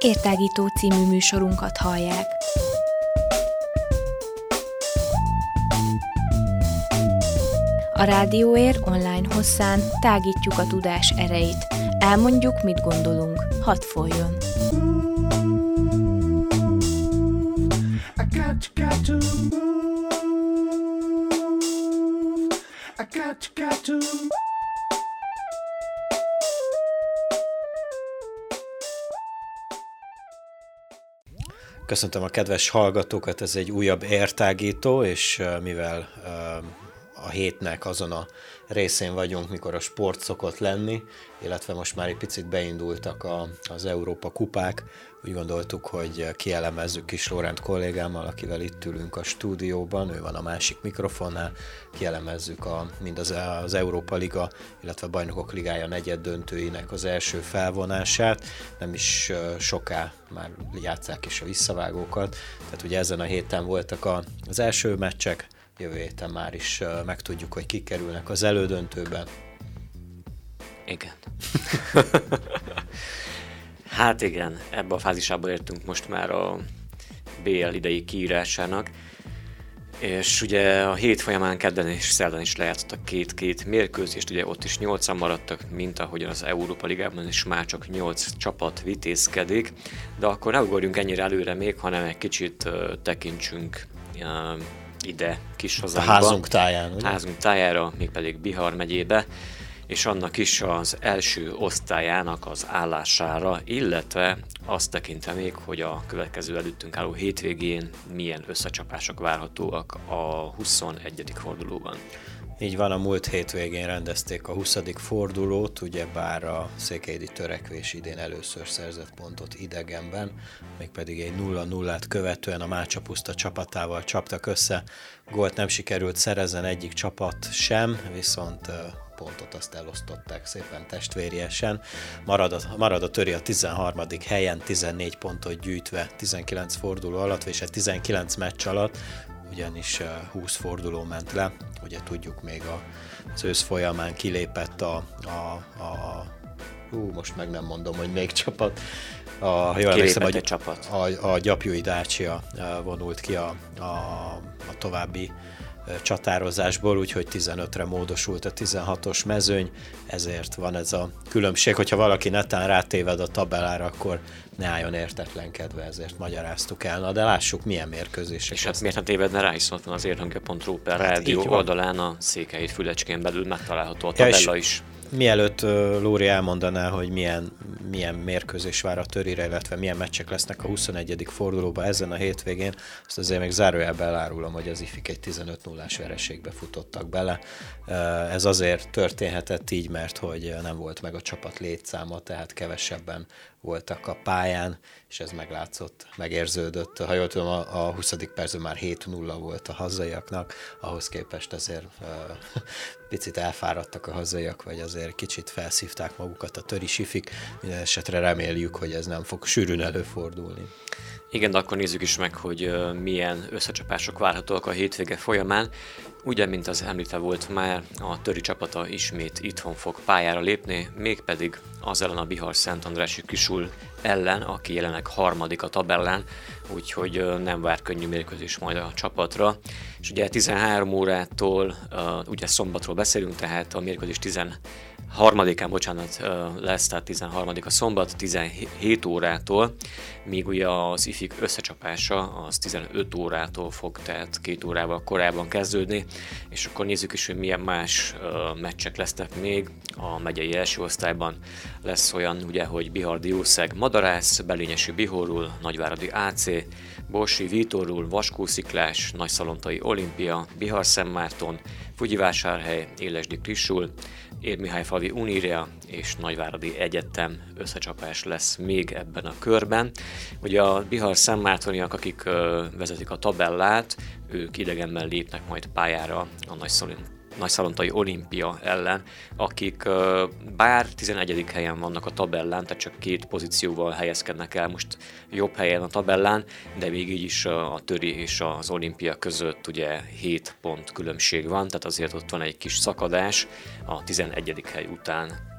Értágító című műsorunkat hallják. A Rádióér online hosszán tágítjuk a tudás erejét. Elmondjuk, mit gondolunk. Hadd folyjon! Köszöntöm a kedves hallgatókat, ez egy újabb értágító, és mivel a hétnek azon a részén vagyunk, mikor a sport szokott lenni, illetve most már egy picit beindultak az Európa kupák, úgy gondoltuk, hogy kielemezzük Kis Lóránt kollégámmal, akivel itt ülünk a stúdióban, ő van a másik mikrofonnál, kielemezzük mind az Európa Liga, illetve a Bajnokok Ligája negyeddöntőinek az első felvonását, nem is soká már játsszák is a visszavágókat, tehát ugye ezen a héten voltak az első meccsek, jövő héten már is megtudjuk, hogy kik kerülnek az elődöntőben. Igen. Hát igen, ebbe a fázisában értünk most már a BL idei kiírásának, és ugye a hét folyamán kedden és szerdán is lejátszottak két mérkőzést, ugye ott is 8-an maradtak, mint ahogyan az Európa Ligában is már csak 8 csapat vitézkedik, de akkor ne ugorjunk ennyire előre még, hanem egy kicsit tekintsünk ide kis hazánkba. A házunk táján, ugye? Házunk tájára, mégpedig Bihar megyébe, és annak is az első osztályának az állására, illetve azt tekintve még, hogy a következő előttünk álló hétvégén milyen összecsapások várhatóak a 21. fordulóban. Így van, a múlt hétvégén rendezték a 20. fordulót, ugyebár a Székelydi Törekvés idén először szerzett pontot idegenben, mégpedig egy 0-0-át követően a Mácsapuszta csapatával csaptak össze. Gólt nem sikerült szerezni egyik csapat sem, viszont pontot azt elosztották szépen testvériesen. Marad a Töri a 13. helyen, 14 pontot gyűjtve 19 forduló alatt, és 19 meccs alatt, ugyanis 20 forduló ment le. Ugye tudjuk, még az ősz folyamán kilépett most meg nem mondom, hogy még csapat. Jól emlékszem, csapat. A Gyapjúi Dacia vonult ki a további csatározásból, úgyhogy 15-re módosult a 16-os mezőny, ezért van ez a különbség, hogyha valaki netán rátéved a tabellára, akkor ne álljon értetlenkedve, ezért magyaráztuk el. Na, de lássuk, milyen mérkőzések. És hát miért nem tévedne rá, is ott van az érhangja.ru per rádió oldalán a Székely Fülecskén belül megtalálható a tabella is. Mielőtt Lóri elmondaná, hogy milyen mérkőzés vár a Törire, illetve milyen meccsek lesznek a 21. fordulóban ezen a hétvégén, azt azért még zárójelben elárulom, hogy az ifik egy 15-0-ás vereségbe futottak bele. Ez azért történhetett így, mert hogy nem volt meg a csapat létszáma, tehát kevesebben voltak a pályán, és ez meglátszott, megérződött. Ha jól tudom, a 20. percben már 7-0 volt a hazaiaknak, ahhoz képest azért picit elfáradtak a hazaiak, vagy azért kicsit felszívták magukat a töri sifik. Minden esetre reméljük, hogy ez nem fog sűrűn előfordulni. Igen, de akkor nézzük is meg, hogy milyen összecsapások várhatóak a hétvége folyamán. Ugye, mint az említve volt már, a töri csapata ismét itthon fog pályára lépni, mégpedig az ellen a Bihar Szentandrássy Kisul ellen, aki jelenleg harmadik a tabellán, úgyhogy nem vár könnyű mérkőzés majd a csapatra. És ugye 13 órától, ugye szombatról beszélünk, tehát a mérkőzés 13-án, lesz, tehát 13. a szombat, 17 órától, míg ugye az ifik összecsapása az 15 órától fog, tehát 2 órával korábban kezdődni, és akkor nézzük is, hogy milyen más meccsek lesznek még. A megyei első osztályban lesz olyan, ugye, hogy Bihar Diószeg Madarász, Belényesi Bihorul, Nagyváradi AC, Borsi Vítorul, Vaskósziklás, Nagyszalontai Olimpia, Bihar Szentmárton, Fugyivásárhely, Élesdi Krisul, Érmihályfalvi Uníria és Nagyváradi Egyetem összecsapás lesz még ebben a körben. Ugye a Bihar Szentmártoniak, akik vezetik a tabellát, ők idegenben lépnek majd pályára a Nagyszalontai Olimpia ellen, akik bár 11. helyen vannak a tabellán, tehát csak 2 pozícióval helyezkednek el most jobb helyen a tabellán, de még így is a Töri és az Olimpia között ugye 7 pont különbség van, tehát azért ott van egy kis szakadás a 11. hely után.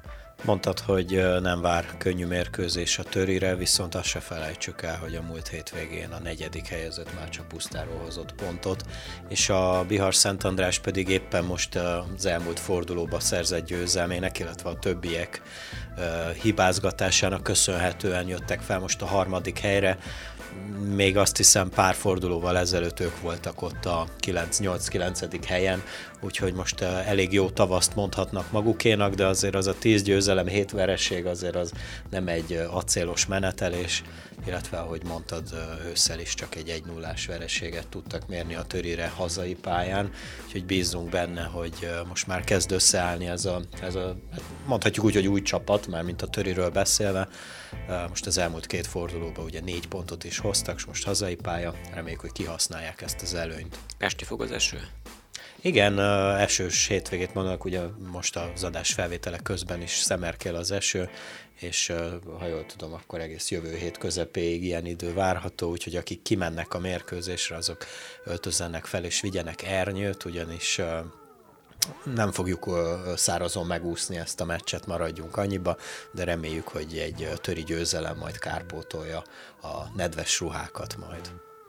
Mondtad, hogy nem vár könnyű mérkőzés a Törire, viszont azt se felejtsük el, hogy a múlt hétvégén a 4. helyezett már csak pusztáról hozott pontot, és a Bihar Szent András pedig éppen most az elmúlt fordulóba szerzett győzelmének, illetve a többiek hibázgatásának köszönhetően jöttek fel most a 3. helyre. Még azt hiszem pár fordulóval ezelőtt ők voltak ott a 8-9. helyen, úgyhogy most elég jó tavaszt mondhatnak magukénak, de azért az a 10 győzelem, 7 vereség azért az nem egy acélos menetelés, illetve ahogy mondtad, ősszel is csak egy 1-0-ás vereséget tudtak mérni a Törire hazai pályán, úgyhogy bízzunk benne, hogy most már kezd összeállni ez a mondhatjuk úgy, hogy új csapat, már mint a Töriről beszélve. Most az elmúlt 2 fordulóban ugye 4 pontot is hoztak, és most hazai pálya, reméljük, hogy kihasználják ezt az előnyt. Esti fog az eső? Igen, esős hétvégét mondanak, ugye most az adás felvétele közben is szemerkél az eső, és ha jól tudom, akkor egész jövő hét közepéig ilyen idő várható, úgyhogy akik kimennek a mérkőzésre, azok öltözzenek fel és vigyenek ernyőt, ugyanis nem fogjuk szárazon megúszni ezt a meccset, maradjunk annyiba, de reméljük, hogy egy töri győzelem majd kárpótolja a nedves ruhákat majd.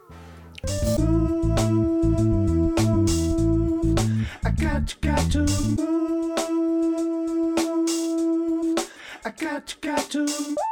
Got to move. I got to.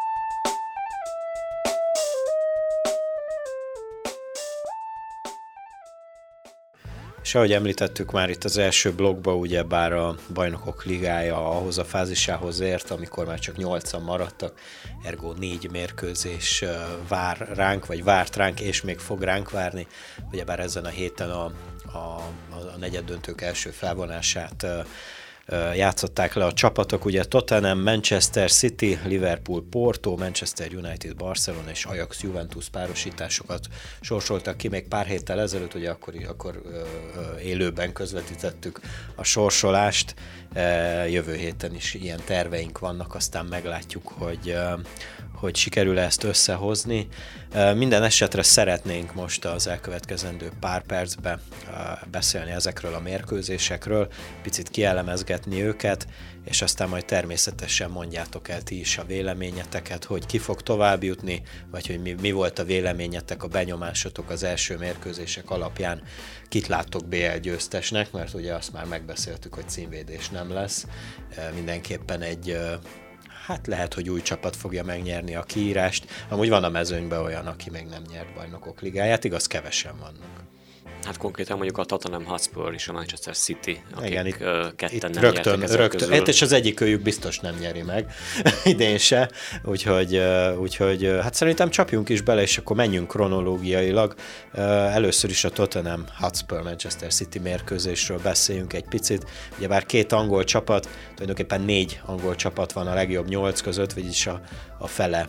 És ahogy említettük már itt az első blogban, ugyebár a Bajnokok Ligája ahhoz a fázisához ért, amikor már csak 8-an maradtak, ergo 4 mérkőzés vár ránk, vagy várt ránk, és még fog ránk várni. Ugyebár ezen a héten a negyeddöntők első felvonását játszották le a csapatok, ugye Tottenham, Manchester City, Liverpool, Porto, Manchester United, Barcelona és Ajax Juventus párosításokat sorsoltak ki még pár héttel ezelőtt, ugye akkor élőben közvetítettük a sorsolást, jövő héten is ilyen terveink vannak, aztán meglátjuk, hogy sikerül ezt összehozni. Minden esetre szeretnénk most az elkövetkezendő pár percben beszélni ezekről a mérkőzésekről, picit kielemezgetni őket, és aztán majd természetesen mondjátok el ti is a véleményeteket, hogy ki fog tovább jutni, vagy hogy mi volt a véleményetek, a benyomásotok az első mérkőzések alapján, kit láttok BL győztesnek, mert ugye azt már megbeszéltük, hogy címvédés nem lesz. Mindenképpen hát lehet, hogy új csapat fogja megnyerni a kiírást. Amúgy van a mezőnyben olyan, aki még nem nyert Bajnokok Ligáját, igaz, kevesen vannak. Hát konkrétan mondjuk a Tottenham Hotspur és a Manchester City, akik igen, ketten nem rögtön, nyertek közül. És az egyikőjük biztos nem nyeri meg, idén se, úgyhogy hát szerintem csapjunk is bele, és akkor menjünk kronológiailag. Először is a Tottenham Hotspur Manchester City mérkőzésről beszéljünk egy picit. Ugyebár 2 angol csapat, tulajdonképpen 4 angol csapat van a legjobb 8 között, vagyis a fele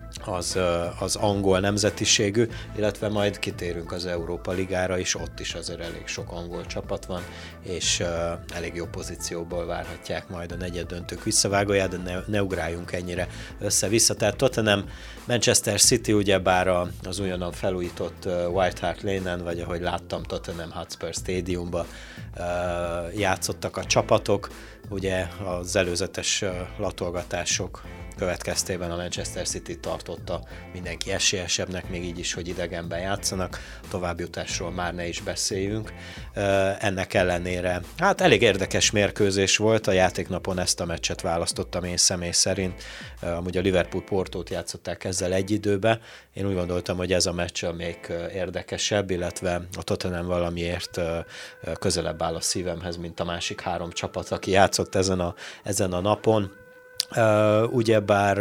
az angol nemzetiségű, illetve majd kitérünk az Európa Ligára is, ott is azért elég sok angol csapat van, és elég jó pozícióból várhatják majd a negyeddöntők visszavágóját, de ne ugráljunk ennyire össze-vissza. Tehát Tottenham, Manchester City, ugyebár az újonnan felújított White Hart Lane-en, vagy ahogy láttam, Tottenham Hotspur Stadiumba játszottak a csapatok, ugye az előzetes latolgatások következtében a Manchester City tartotta mindenki esélyesebbnek, még így is, hogy idegenben játszanak, továbbjutásról már ne is beszéljünk. Ennek ellenére, hát elég érdekes mérkőzés volt, a játéknapon ezt a meccset választottam én személy szerint, amúgy a Liverpool-Portót játszották ezzel egy időbe, én úgy gondoltam, hogy ez a meccs még érdekesebb, illetve a Tottenham valamiért közelebb áll a szívemhez, mint a másik 3 csapat, aki játszott ezen a napon. Ugyebár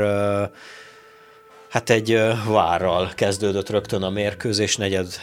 hát egy várral kezdődött rögtön a mérkőzés,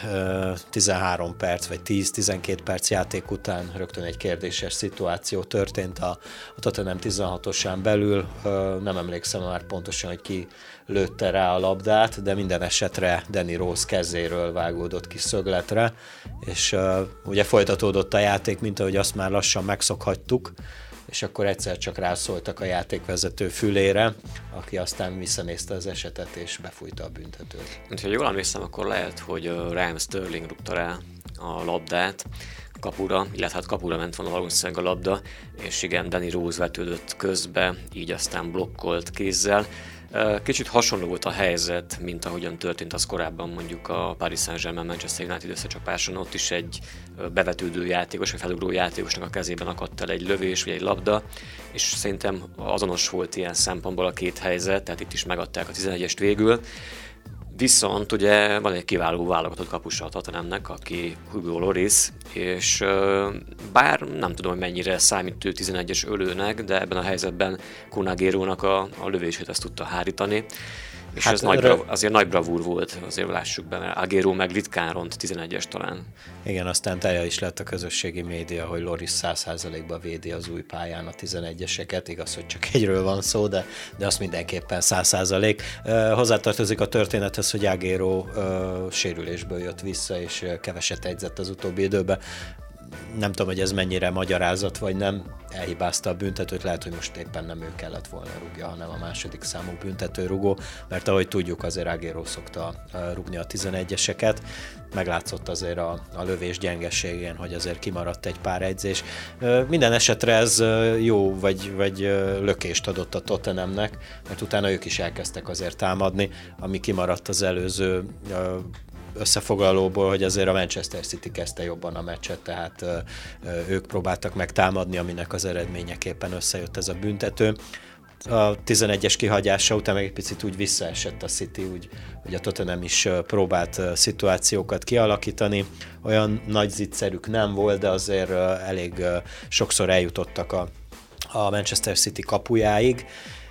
13 perc vagy 10-12 perc játék után rögtön egy kérdéses szituáció történt a Tottenham 16-osán belül, nem emlékszem már pontosan, hogy ki lőtte rá a labdát, de minden esetre Danny Rose kezéről vágódott ki szögletre, és ugye folytatódott a játék, mint ahogy azt már lassan megszokhattuk, és akkor egyszer csak rászóltak a játékvezető fülére, aki aztán visszanézte az esetet, és befújta a büntetőt. Ha jól emlékszem, akkor lehet, hogy Raheem Sterling rúgta rá a labdát, kapura, illetve hát kapura ment volna valószínűleg a labda, és igen, Danny Rose vetődött közbe, így aztán blokkolt kézzel. Kicsit hasonló volt a helyzet, mint ahogyan történt az korábban mondjuk a Paris Saint-Germain Manchester United összecsapáson, ott is egy bevetődő játékos, vagy felugró játékosnak a kezében akadt el egy lövés, vagy egy labda, és szerintem azonos volt ilyen szempontból a két helyzet, tehát itt is megadták a 11-est végül. Viszont ugye van egy kiváló válogatott kapusa a Tottenhamnek, aki Hugo Lloris, és bár nem tudom, hogy mennyire számít ő 11-es ölőnek, de ebben a helyzetben Kun Agüerónak a lövését azt tudta hárítani. És hát ez azért nagy bravúr volt, azért lássuk be, mert Agüero meg ritkán ront 11-es talán. Igen, aztán telje is lett a közösségi média, hogy Lloris 100%-ban védi az új pályán a 11-eseket, igaz, hogy csak egyről van szó, de azt mindenképpen 100%. Hozzátartozik a történethez, hogy Agüero sérülésből jött vissza, és keveset edzett az utóbbi időben. Nem tudom, hogy ez mennyire magyarázat, vagy nem, elhibázta a büntetőt, lehet, hogy most éppen nem ő kellett volna rúgja, hanem a második számú büntetőrugó, mert ahogy tudjuk, azért Agüero szokta rúgni a 11-eseket, meglátszott azért a lövés gyengeségén, hogy azért kimaradt egy pár edzés. Minden esetre ez jó, vagy lökést adott a Tottenhamnek, mert utána ők is elkezdtek azért támadni, ami kimaradt az előző összefoglalóból, hogy azért a Manchester City kezdte jobban a meccset, tehát ők próbáltak meg támadni, aminek az eredményeképpen összejött ez a büntető. A 11-es kihagyása után meg egy picit úgy visszaesett a City, úgy, hogy a Tottenham is próbált szituációkat kialakítani. Olyan nagy zicserük nem volt, de azért elég sokszor eljutottak a Manchester City kapujáig.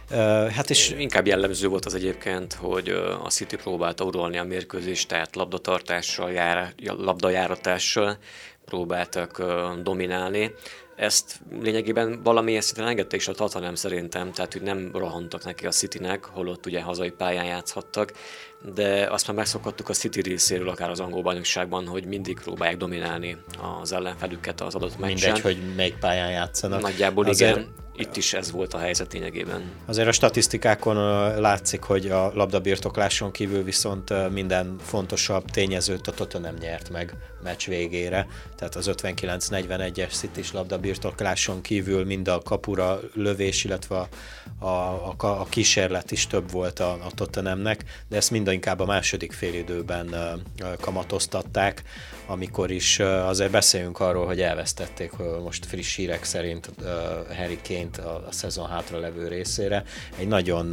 Hát és inkább jellemző volt az egyébként, hogy a City próbálta uralni a mérkőzést, tehát labdatartással, labdajáratással próbáltak dominálni. Ezt lényegében valamilyen szinten engedte is a Tottenham szerintem, tehát hogy nem rohantak neki a Citynek, holott ugye hazai pályán játszhattak, de azt már megszokhattuk a City részéről, akár az angol bajnokságban, hogy mindig próbálják dominálni az ellenfelüket az adott meccsen. Mindegy, hogy melyik pályán játszanak. Nagyjából azért... igen. Itt is ez volt a helyzet lényegében. Azért a statisztikákon látszik, hogy a labdabirtokláson kívül viszont minden fontosabb tényezőt a Tottenham nyert meg meccs végére. Tehát az 59-41-es Citys labdabirtokláson kívül mind a kapura lövés, illetve a kísérlet is több volt a Tottenhamnek, de ezt inkább a második félidőben kamatoztatták, amikor is azért beszéljünk arról, hogy elvesztették most friss hírek szerint Harry Kane-t a szezon hátralevő részére. Egy nagyon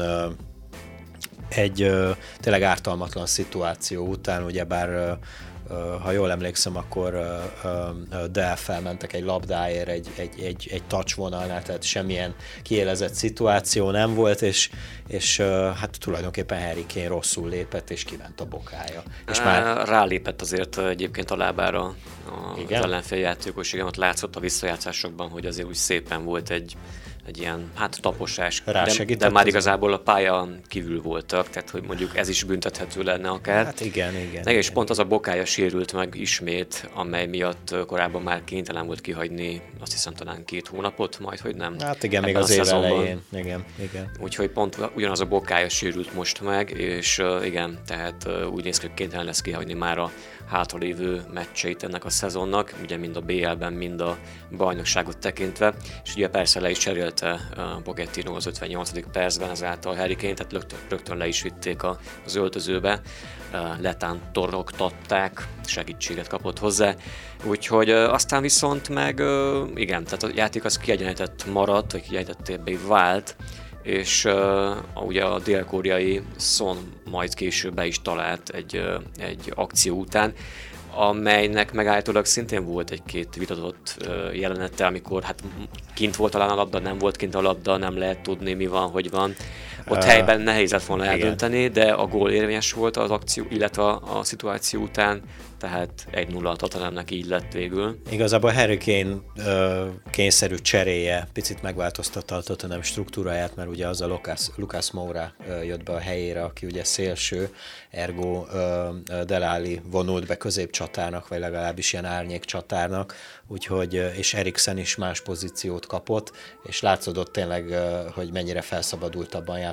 tényleg ártalmatlan szituáció után, ugyebár ha jól emlékszem, akkor Dell felmentek egy labdáért egy touch vonalnál, tehát semmilyen kiélezett szituáció nem volt, és hát tulajdonképpen Harry Kane rosszul lépett, és kiment a bokája. És már rálépett azért egyébként a lábára az ellenfél játékos, igen, ott látszott a visszajátszásokban, hogy azért úgy szépen volt egy ilyen, taposás, de már igazából a pálya kívül voltak, tehát hogy mondjuk ez is büntethető lenne akár. Hát igen. És pont az a bokája sérült meg ismét, amely miatt korábban már kénytelen volt kihagyni, azt hiszem talán 2 hónapot, majd hogy nem. Hát igen, még az év elején. Igen. Úgyhogy pont ugyanaz a bokája sérült most meg, és igen, tehát úgy néz ki, hogy kénytelen lesz kihagyni már a hátralévő meccseit ennek a szezonnak, ugye mind a BL-ben, mind a bajnokságot tekintve, és ugye persze le is cserélte Pochettino az 58. percben ezáltal Harry Kane, tehát rögtön le is vitték az öltözőbe, letántorogtatták, segítséget kapott hozzá, úgyhogy aztán viszont meg igen, tehát a játék az kiegyenlített maradt, vagy kiegyenlítettébbé vált, és ugye a dél-koreai Son majd később be is talált egy akció után, amelynek megállítólag szintén volt egy-két vitatott jelenete, amikor kint volt talán a labda, nem volt kint a labda, nem lehet tudni, mi van, hogy van. Ott helyben nehéz lett volna eldönteni, de a gól érvényes volt az akció, illetve a szituáció után, tehát 1-0 a Tottenhamnek így lett végül. Igazából Harry Kane kényszerű cseréje picit megváltoztatta a Tottenham struktúráját, mert ugye az a Lucas Moura jött be a helyére, aki ugye szélső, ergo Dele Alli vonult be középcsatárnak, vagy legalábbis ilyen árnyékcsatárnak, úgyhogy, és Eriksen is más pozíciót kapott, és látszódott tényleg, hogy mennyire felszabadultabban játszott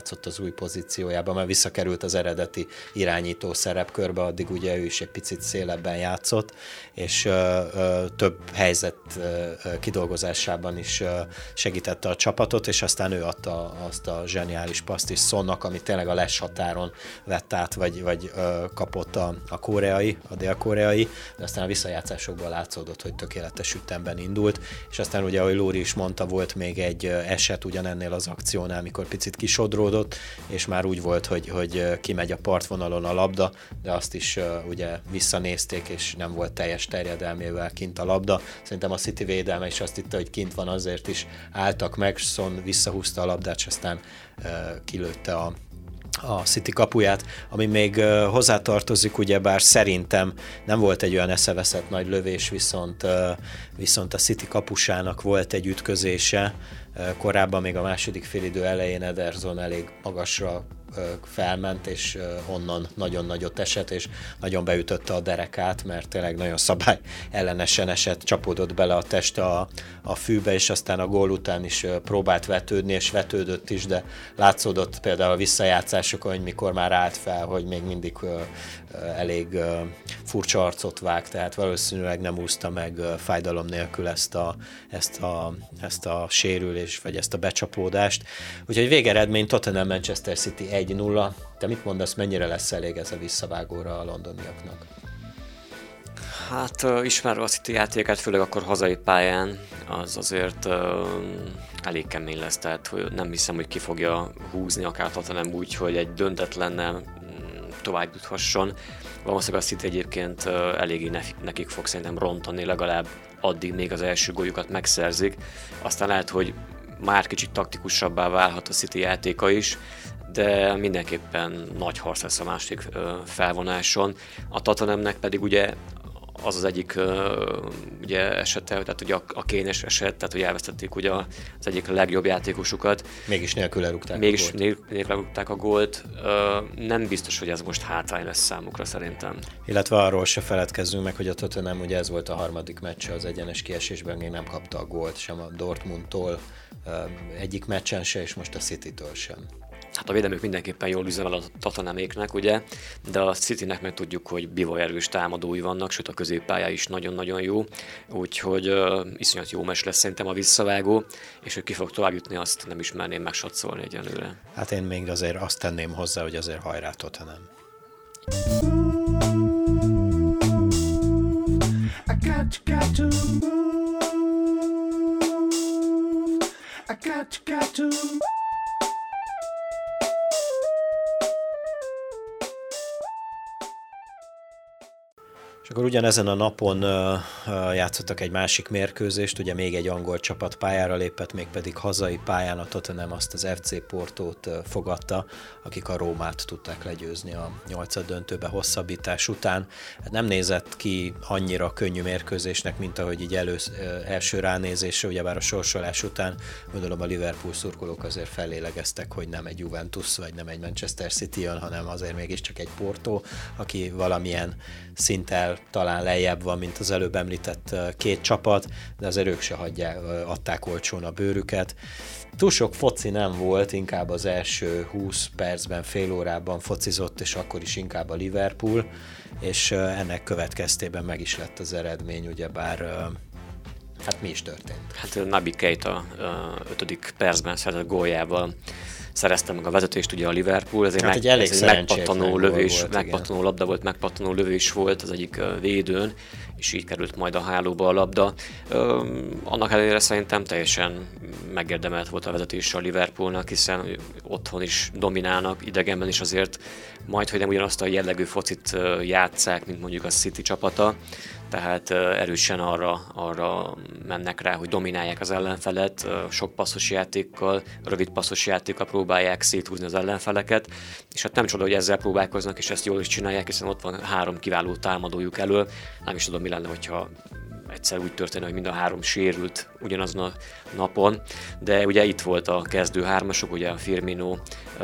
játszott az új pozíciójában, mert visszakerült az eredeti irányító szerepkörbe, addig ugye ő is egy picit szélebben játszott, és több helyzet kidolgozásában is segítette a csapatot, és aztán ő adta azt a zseniális paszt is Sonnak, ami tényleg a leshatáron vett át, vagy kapott a dél-koreai, de aztán a visszajátszásokból látszódott, hogy tökéletes ütemben indult, és aztán ugye, ahogy Lóri is mondta, volt még egy eset ugyanennél az akciónál, amikor picit kisodródott, és már úgy volt, hogy kimegy a partvonalon a labda, de azt is ugye visszanézték, és nem volt teljes terjedelmével kint a labda. Szerintem a City védelme is azt hitte, hogy kint van, azért is álltak meg, Son visszahúzta a labdát, és aztán kilőtte a City kapuját, ami még hozzátartozik, ugyebár szerintem nem volt egy olyan eszeveszett nagy lövés, viszont a City kapusának volt egy ütközése, korábban még a második félidő elején Ederson elég magasra felment, és onnan nagyon nagyot esett, és nagyon beütötte a derekát, mert tényleg nagyon szabály ellenesen esett, csapódott bele a teste a fűbe, és aztán a gól után is próbált vetődni, és vetődött is, de látszódott például a visszajátszásokon, hogy mikor már állt fel, hogy még mindig elég furcsa arcot vág, tehát valószínűleg nem úszta meg fájdalom nélkül ezt a sérülést, vagy ezt a becsapódást. Úgyhogy végeredmény Tottenham Manchester City 1-0. Te mit mondasz, mennyire lesz elég ez a visszavágóra a londoniaknak? Hát ismerve a City játékát, főleg akkor hazai pályán, az azért elég kemény lesz, tehát hogy nem hiszem, hogy ki fogja húzni akár Tottenham úgy, hogy egy döntetlennel tovább juthasson. Valószínűleg a City egyébként eléggé nekik fog szerintem rontani, legalább addig még az első góljukat megszerzik. Aztán lehet, hogy már kicsit taktikusabbá válhat a City játéka is, de mindenképpen nagy harc lesz a második felvonáson. A Tottenhamnek pedig ugye az egyik ugye esete, tehát ugye a kényes eset, tehát hogy elvesztették ugye az egyik legjobb játékosukat. Mégis nélküle rúgták a gólt. Nem biztos, hogy ez most hátrány lesz számukra szerintem. Illetve arról se feledkezzünk meg, hogy a Tottenham ugye ez volt a harmadik meccse az egyenes kiesésben, még nem kapta a gólt sem a Dortmundtól egyik meccsen se, és most a Citytől sem. Hát a védelmük mindenképpen jól üzemel a Tottenhaméknek, ugye, de a Citynek meg tudjuk, hogy bivajerős támadói vannak, sőt a középpálya is nagyon-nagyon jó, úgyhogy iszonyat jó meccs lesz szerintem a visszavágó, és hogy ki fog tovább jutni, azt nem is merném megsatszolni egyenlőre. Hát én még azért azt tenném hozzá, hogy azért hajrá Tottenham. I got to move. És akkor ugyanezen a napon játszottak egy másik mérkőzést, ugye még egy angol csapat pályára lépett, mégpedig hazai pályán a Tottenham azt az FC Portót fogadta, akik a Rómát tudták legyőzni a 8. döntőbe hosszabbítás után. Hát nem nézett ki annyira könnyű mérkőzésnek, mint ahogy így első ránézésre, ugyebár a sorsolás után, gondolom a Liverpool szurkolók azért fellélegeztek, hogy nem egy Juventus vagy nem egy Manchester City jön, hanem azért mégiscsak egy Porto, aki valamilyen szinttel talán lejjebb van, mint az előbb említett két csapat, de az erők se adták olcsón a bőrüket. Túl sok foci nem volt, inkább az első 20 percben, fél órában focizott, és akkor is inkább a Liverpool, és ennek következtében meg is lett az eredmény, ugyebár hát mi is történt? Hát Naby Keita 5. percben szerzett góljával szerezte meg a vezetést ugye a Liverpool, ez hát egy megpattanó lövés, megpattanó labda volt, megpattanó lövés volt az egyik védőn, és így került majd a hálóba a labda. Annak ellenére szerintem teljesen megérdemelt volt a vezetés a Liverpoolnak, hiszen otthon is dominálnak, idegenben is azért majdhogy nem ugyanazt a jellegű focit játsszák, mint mondjuk a City csapata, tehát erősen arra mennek rá, hogy dominálják az ellenfelet, sok passzos játékkal, rövid passzos játékkal próbálják széthúzni az ellenfeleket, és hát nem csoda, hogy ezzel próbálkoznak, és ezt jól is csinálják, hiszen ott van 3 kiváló támadójuk elől. Nem is tudom, mi lenne, hogyha egyszer úgy történne, hogy mind a 3 sérült ugyanazon a napon, de ugye itt volt a kezdő 3-asok, ugye a Firmino,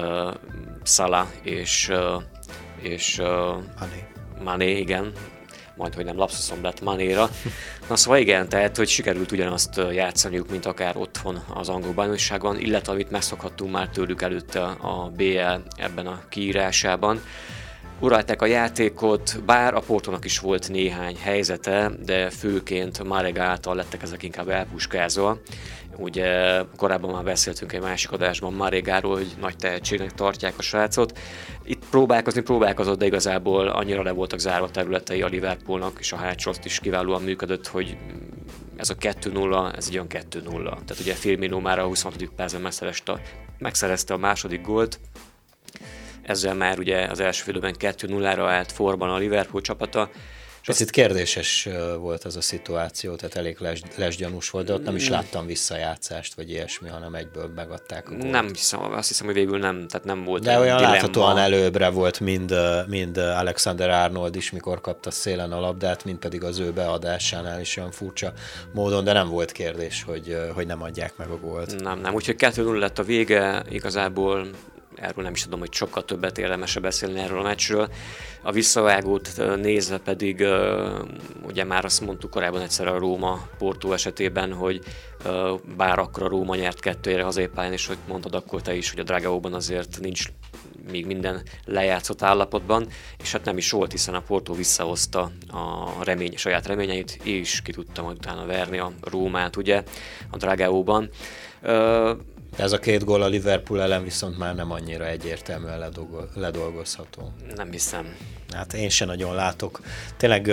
Salah és Mané, igen. majd hogy nem lapszuszom lett Manéra. Na szóval igen, tehát hogy sikerült ugyanazt játszaniuk, mint akár otthon az angol bajnokságon, illetve amit megszokhattunk már tőlük előtte a BL ebben a kiírásában. Uralták a játékot, bár a Portónak is volt néhány helyzete, de főként Marega által lettek ezek inkább elpuskázva. Ugye korábban már beszéltünk egy másik adásban Maregáról, hogy nagy tehetségnek tartják a srácot. Itt próbálkozott, de igazából annyira le voltak zárva területei a Liverpoolnak, és a hátsót is kiválóan működött, hogy ez a 2-0, ez egy olyan 2-0. Tehát ugye Firmino már a 26. percben megszerezte a második gólt. Ezzel már ugye az első félidőben 2-0-ra állt forban a Liverpool csapata. Picit kérdéses volt az a szituáció, tehát elég lesgyanús volt, de ott nem is láttam visszajátszást, vagy ilyesmi, hanem egyből megadták a gólt. Nem hiszem, azt hiszem, hogy végül nem, tehát nem volt. De olyan dilemma. Láthatóan előbbre volt mind Alexander-Arnold is, mikor kapta szélen a labdát, mind pedig az ő beadásánál is olyan furcsa módon, de nem volt kérdés, hogy nem adják meg a gólt. Nem, úgyhogy 2-0 lett a vége, igazából erről nem is tudom, hogy sokkal többet érdemes beszélni erről a meccsről. A visszavágót nézve pedig, ugye már azt mondtuk korábban egyszer a Róma-Porto esetében, hogy bár akkor a Róma nyert 2-1 hazai pályán, és hogy mondtad akkor te is, hogy a Dragaóban azért nincs még minden lejátszott állapotban, és hát nem is volt, hiszen a Porto visszahozta a saját reményeit, és ki tudta majd utána verni a Rómát, ugye, a Dragaóban. De ez a 2 gól a Liverpool ellen viszont már nem annyira egyértelműen ledolgozható. Nem hiszem. Hát én sem nagyon látok. Tényleg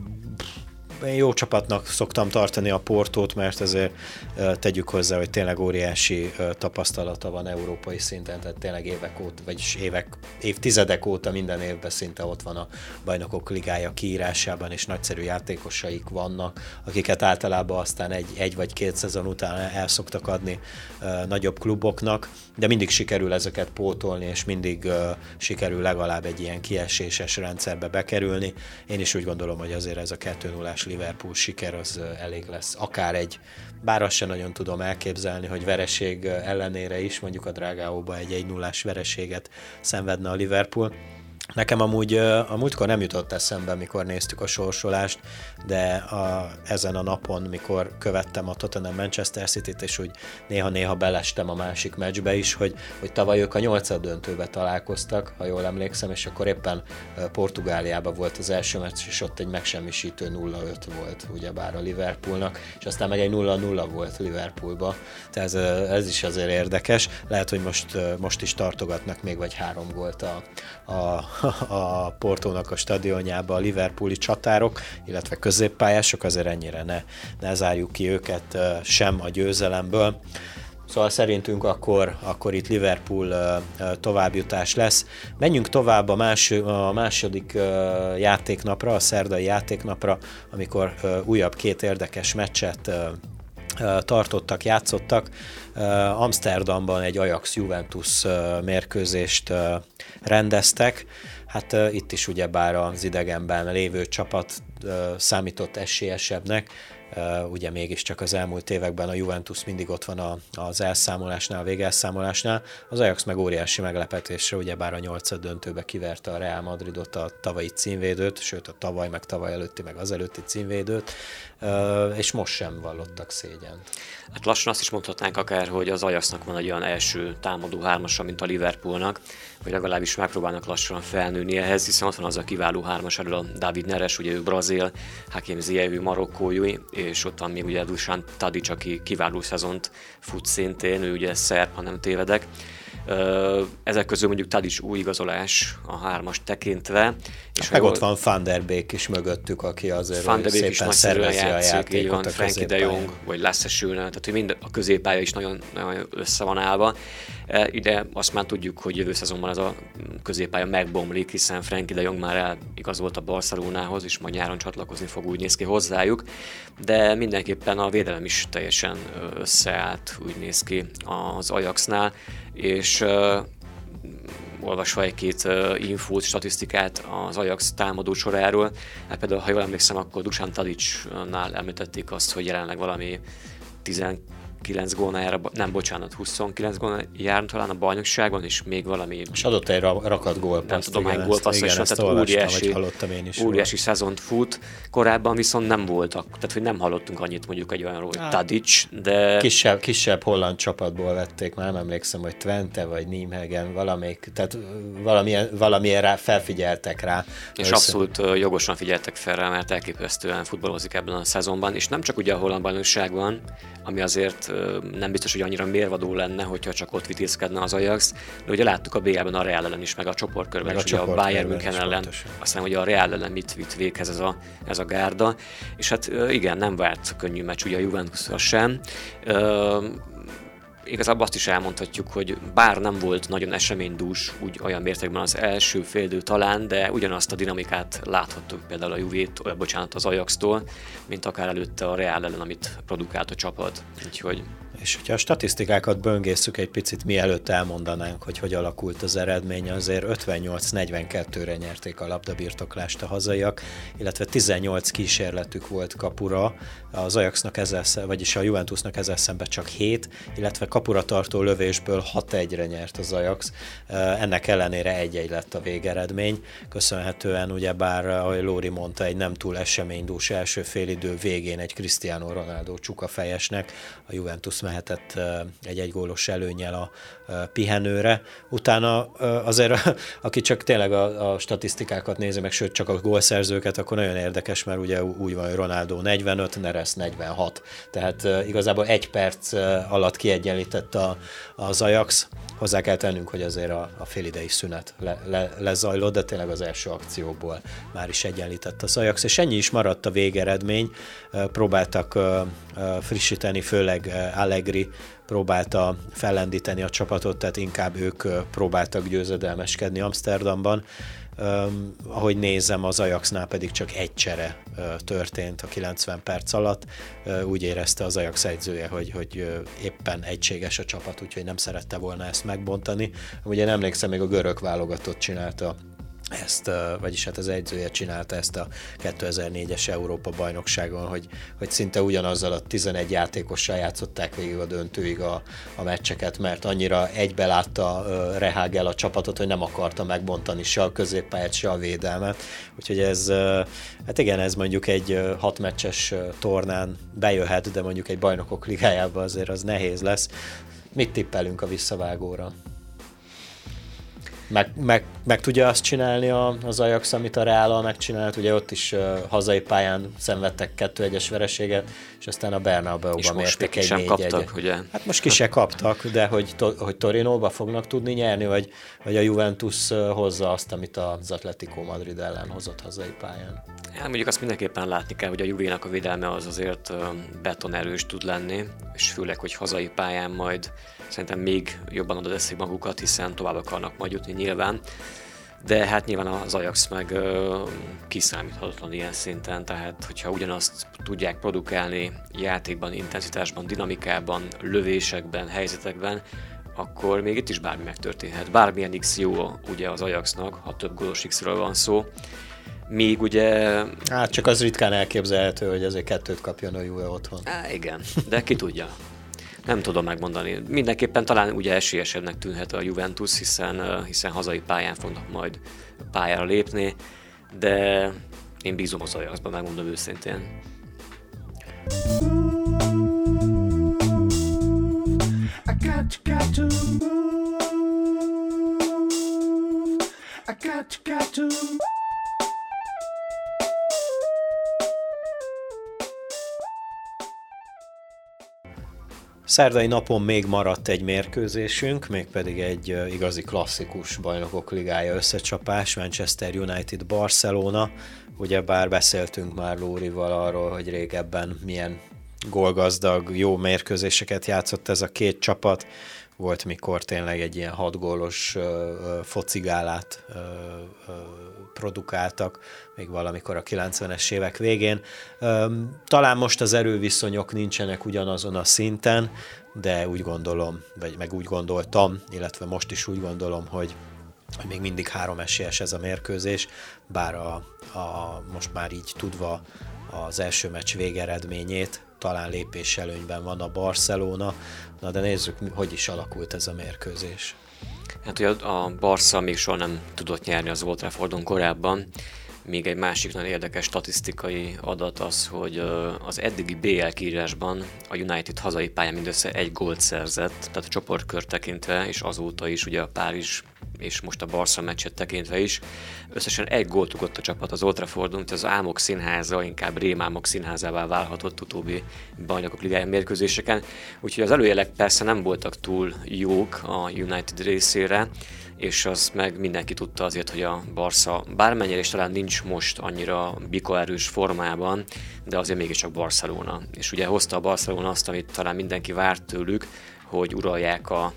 én jó csapatnak szoktam tartani a Portót, mert azért tegyük hozzá, hogy tényleg óriási tapasztalata van európai szinten, tehát tényleg évek óta, vagyis évtizedek óta minden évben szinte ott van a Bajnokok Ligája kiírásában, és nagyszerű játékosaik vannak, akiket általában aztán egy vagy 2 szezon után el szoktak adni nagyobb kluboknak, de mindig sikerül ezeket pótolni, és mindig sikerül legalább egy ilyen kieséses rendszerbe bekerülni. Én is úgy gondolom, hogy azért ez a 2-0-ás Liverpool siker az elég lesz. Akár bár azt sem nagyon tudom elképzelni, hogy vereség ellenére is, mondjuk a Dragaóba egy 1-0-ás vereséget szenvedne a Liverpool. Nekem amúgy a múltkor nem jutott eszembe, mikor néztük a sorsolást, de ezen a napon, mikor követtem a Tottenham Manchester City-t, és úgy néha-néha belestem a másik meccsbe is, hogy tavaly ők a 8. döntőbe találkoztak, ha jól emlékszem, és akkor éppen Portugáliában volt az első meccs, és ott egy megsemmisítő 0-5 volt, ugyebár a Liverpoolnak, és aztán meg egy 0-0 volt Liverpoolba, tehát ez is azért érdekes. Lehet, hogy most is tartogatnak még vagy 3 gólt a Portónak a stadionjába a liverpooli csatárok, illetve középpályások, azért ennyire ne zárjuk ki őket sem a győzelemből. Szóval szerintünk akkor itt Liverpool továbbjutás lesz. Menjünk tovább a második játéknapra, a szerdai játéknapra, amikor újabb 2 érdekes meccset tartottak, játszottak. Amsterdamban egy Ajax-Juventus mérkőzést rendeztek. Hát itt is ugyebár az idegenben lévő csapat számított esélyesebbnek, ugye mégiscsak az elmúlt években a Juventus mindig ott van az elszámolásnál, a végelszámolásnál. Az Ajax meg óriási meglepetésre, ugyebár a 8. döntőbe kiverte a Real Madridot, a tavalyi címvédőt, sőt a tavaly előtti, meg az előtti címvédőt, és most sem vallottak szégyent. Hát lassan azt is mondhatnánk akár, hogy az Ajaxnak van egy olyan első támadó hármasa, mint a Liverpoolnak, vagy legalábbis megpróbálnak lassan felnőni ehhez, hiszen ott van az a kiváló hármas elől a David Neres, ugye ő brazil, Hakim Ziyech, ő marokkói, és ott van még ugye Dusan Tadic, aki kiváló szezont fut szintén, ő ugye szerb, ha nem tévedek. Ezek közül mondjuk Tadic új igazolás a 3-as tekintve. És meg ott van Van der Beek is mögöttük, aki azért szépen szervezi a játékot. Van, Frenkie de Jong, vagy Lasse-Schöne, tehát hogy mind a középpálya is nagyon, nagyon össze van állva. Ide azt már tudjuk, hogy jövő szezonban ez a középpálya megbomlik, hiszen Frenkie de Jong már eligazolt a Barcelonához, és majd nyáron csatlakozni fog, úgy néz ki hozzájuk, de mindenképpen a védelem is teljesen összeállt, úgy néz ki az Ajaxnál, és olvasva egy-két infót, statisztikát az Ajax támadó soráról, hát például, ha jól emlékszem, akkor Dusan Tadicnál említették azt, hogy jelenleg valami 9 gólnál, nem bocsánat, 29 gólnál jár talán a bajnokságon, és még valami... És adott egy rakat gólpaszt. Nem tudom, hány gólpasszal is van, tehát óriási szezont fut. Korábban viszont nem voltak, tehát hogy nem hallottunk annyit mondjuk egy olyanról, hogy Tadic, de... Kisebb holland csapatból vették, már nem emlékszem, hogy Twente vagy Nijmegen, valamelyik, tehát valamilyen rá felfigyeltek rá. És abszolút jogosan figyeltek fel rá, mert elképesztően futballozik ebben a szezonban, és nem csak ugye a holland bajnokságban, ami azért nem biztos, hogy annyira mérvadó lenne, hogyha csak ott vitézkedne az Ajax, de ugye láttuk a BL-ben a Real ellen is, meg a csoportkörben is, ugye a Bayern München ellen, aztán ugye a Real ellen mit vitt véghez ez a gárda, és hát igen, nem várt könnyű meccs ugye a Juventus-ra sem. Igazából azt is elmondhatjuk, hogy bár nem volt nagyon eseménydús úgy olyan mértékben az első félidő talán, de ugyanazt a dinamikát láthattuk például a az Ajax-tól, mint akár előtte a Real ellen, amit produkált a csapat. Úgyhogy... És hogyha a statisztikákat böngészük egy picit, mielőtt elmondanánk, hogy alakult az eredmény, azért 58-42-re nyerték a labdabirtoklást a hazaiak, illetve 18 kísérletük volt kapura, az Ajaxnak vagyis a Juventusnak ezzel szemben csak 7, illetve kapura tartó lövésből 6-1-re nyert az Ajax. Ennek ellenére 1-1 lett a végeredmény, köszönhetően ugyebár, ahogy Lóri mondta, egy nem túl eseménydús első félidő végén egy Cristiano Ronaldo csukafejesnek, a Juventus mehetett egy gólos előnnyel a pihenőre. Utána azért, aki csak tényleg a statisztikákat nézi meg, sőt csak a gólszerzőket, akkor nagyon érdekes, mert ugye úgy van, hogy Ronaldo 45, Neres 46. Tehát igazából 1 perc alatt kiegyenlített az Ajax. Hozzá kell tennünk, hogy azért a félidei szünet lezajlott, de tényleg az első akcióból már is egyenlített az Ajax, és ennyi is maradt a végeredmény. Próbáltak frissíteni, főleg Allegri próbálta fellendíteni a csapatot, tehát inkább ők próbáltak győzedelmeskedni Amsterdamban. Ahogy nézem, az Ajaxnál pedig csak 1 csere történt a 90 perc alatt. Úgy érezte az Ajax edzője, hogy éppen egységes a csapat, úgyhogy nem szerette volna ezt megbontani. Ugye nem emlékszem, még a görög válogatott csinálta ezt, vagyis hát az edzője csinálta ezt a 2004-es Európa-bajnokságon, hogy szinte ugyanazzal a 11 játékossal játszották végig a döntőig a meccseket, mert annyira egybe látta Rehagel a csapatot, hogy nem akarta megbontani se a középpályát, se a védelmet. Úgyhogy ez, hát igen, ez mondjuk egy 6 meccses tornán bejöhet, de mondjuk egy bajnokok ligájában azért az nehéz lesz. Mit tippelünk a visszavágóra? Meg tudja azt csinálni az Ajax, amit a Reállal megcsinált, ugye ott is hazai pályán szenvedtek 2-1-es vereséget, és aztán a Bernabeuban mérték egy 4-1-et. Hát most ki se kaptak, de hogy Torinóba fognak tudni nyerni, vagy a Juventus hozza azt, amit az Atletico Madrid ellen hozott hazai pályán? Hát mondjuk azt mindenképpen látni kell, hogy a Juvénak a védelme az azért betonerős tud lenni, és főleg, hogy hazai pályán majd szerintem még jobban oda teszik magukat, hiszen tovább akarnak majd jutni nyilván. De hát nyilván az Ajax meg kiszámíthatatlan ilyen szinten, tehát hogyha ugyanazt tudják produkálni játékban, intenzitásban, dinamikában, lövésekben, helyzetekben, akkor még itt is bármi megtörténhet. Bármilyen X jó ugye az Ajaxnak, ha több gólos X-ről van szó. Még ugye... Hát csak az ritkán elképzelhető, hogy azért 2 kapjon a Juve otthon. Igen, de ki tudja. Nem tudom megmondani. Mindenképpen talán ugye esélyesebbnek tűnhet a Juventus, hiszen hazai pályán fognak majd pályára lépni, de én bízom az Ajaxban, megmondom őszintén. Szerdai napon még maradt egy mérkőzésünk, mégpedig egy igazi klasszikus bajnokok ligája összecsapás, Manchester United Barcelona. Ugyebár beszéltünk már Lórival arról, hogy régebben milyen gólgazdag, jó mérkőzéseket játszott ez a két csapat. Volt, mikor tényleg egy ilyen 6 gólos focigálát produkáltak, még valamikor a 90-es évek végén. Talán most az erőviszonyok nincsenek ugyanazon a szinten, de úgy gondolom, vagy meg úgy gondoltam, illetve most is úgy gondolom, hogy még mindig 3 esélyes ez a mérkőzés, bár most már így tudva az első meccs végeredményét, talán lépés előnyben van a Barcelona. Na de nézzük, hogy is alakult ez a mérkőzés. Hát ugye a Barca még soha nem tudott nyerni az Old Traffordon korábban. Még egy másik nagyon érdekes statisztikai adat az, hogy az eddigi BL kiírásban a United hazai pályán mindössze egy gólt szerzett, tehát a csoportkört tekintve, és azóta is ugye a Párizs és most a Barca meccset tekintve is. Összesen egy gólt ugrott a csapat az Old Traffordon, mint az álmok színháza, inkább rémálmok színházává válhatott utóbbi bajnokok ligája mérkőzéseken. Úgyhogy az előjelek persze nem voltak túl jók a United részére, és azt meg mindenki tudta azért, hogy a Barca bármennyire is talán nincs most annyira bikaerős formában, de azért mégiscsak Barcelona. És ugye hozta a Barcelona azt, amit talán mindenki várt tőlük, hogy uralják a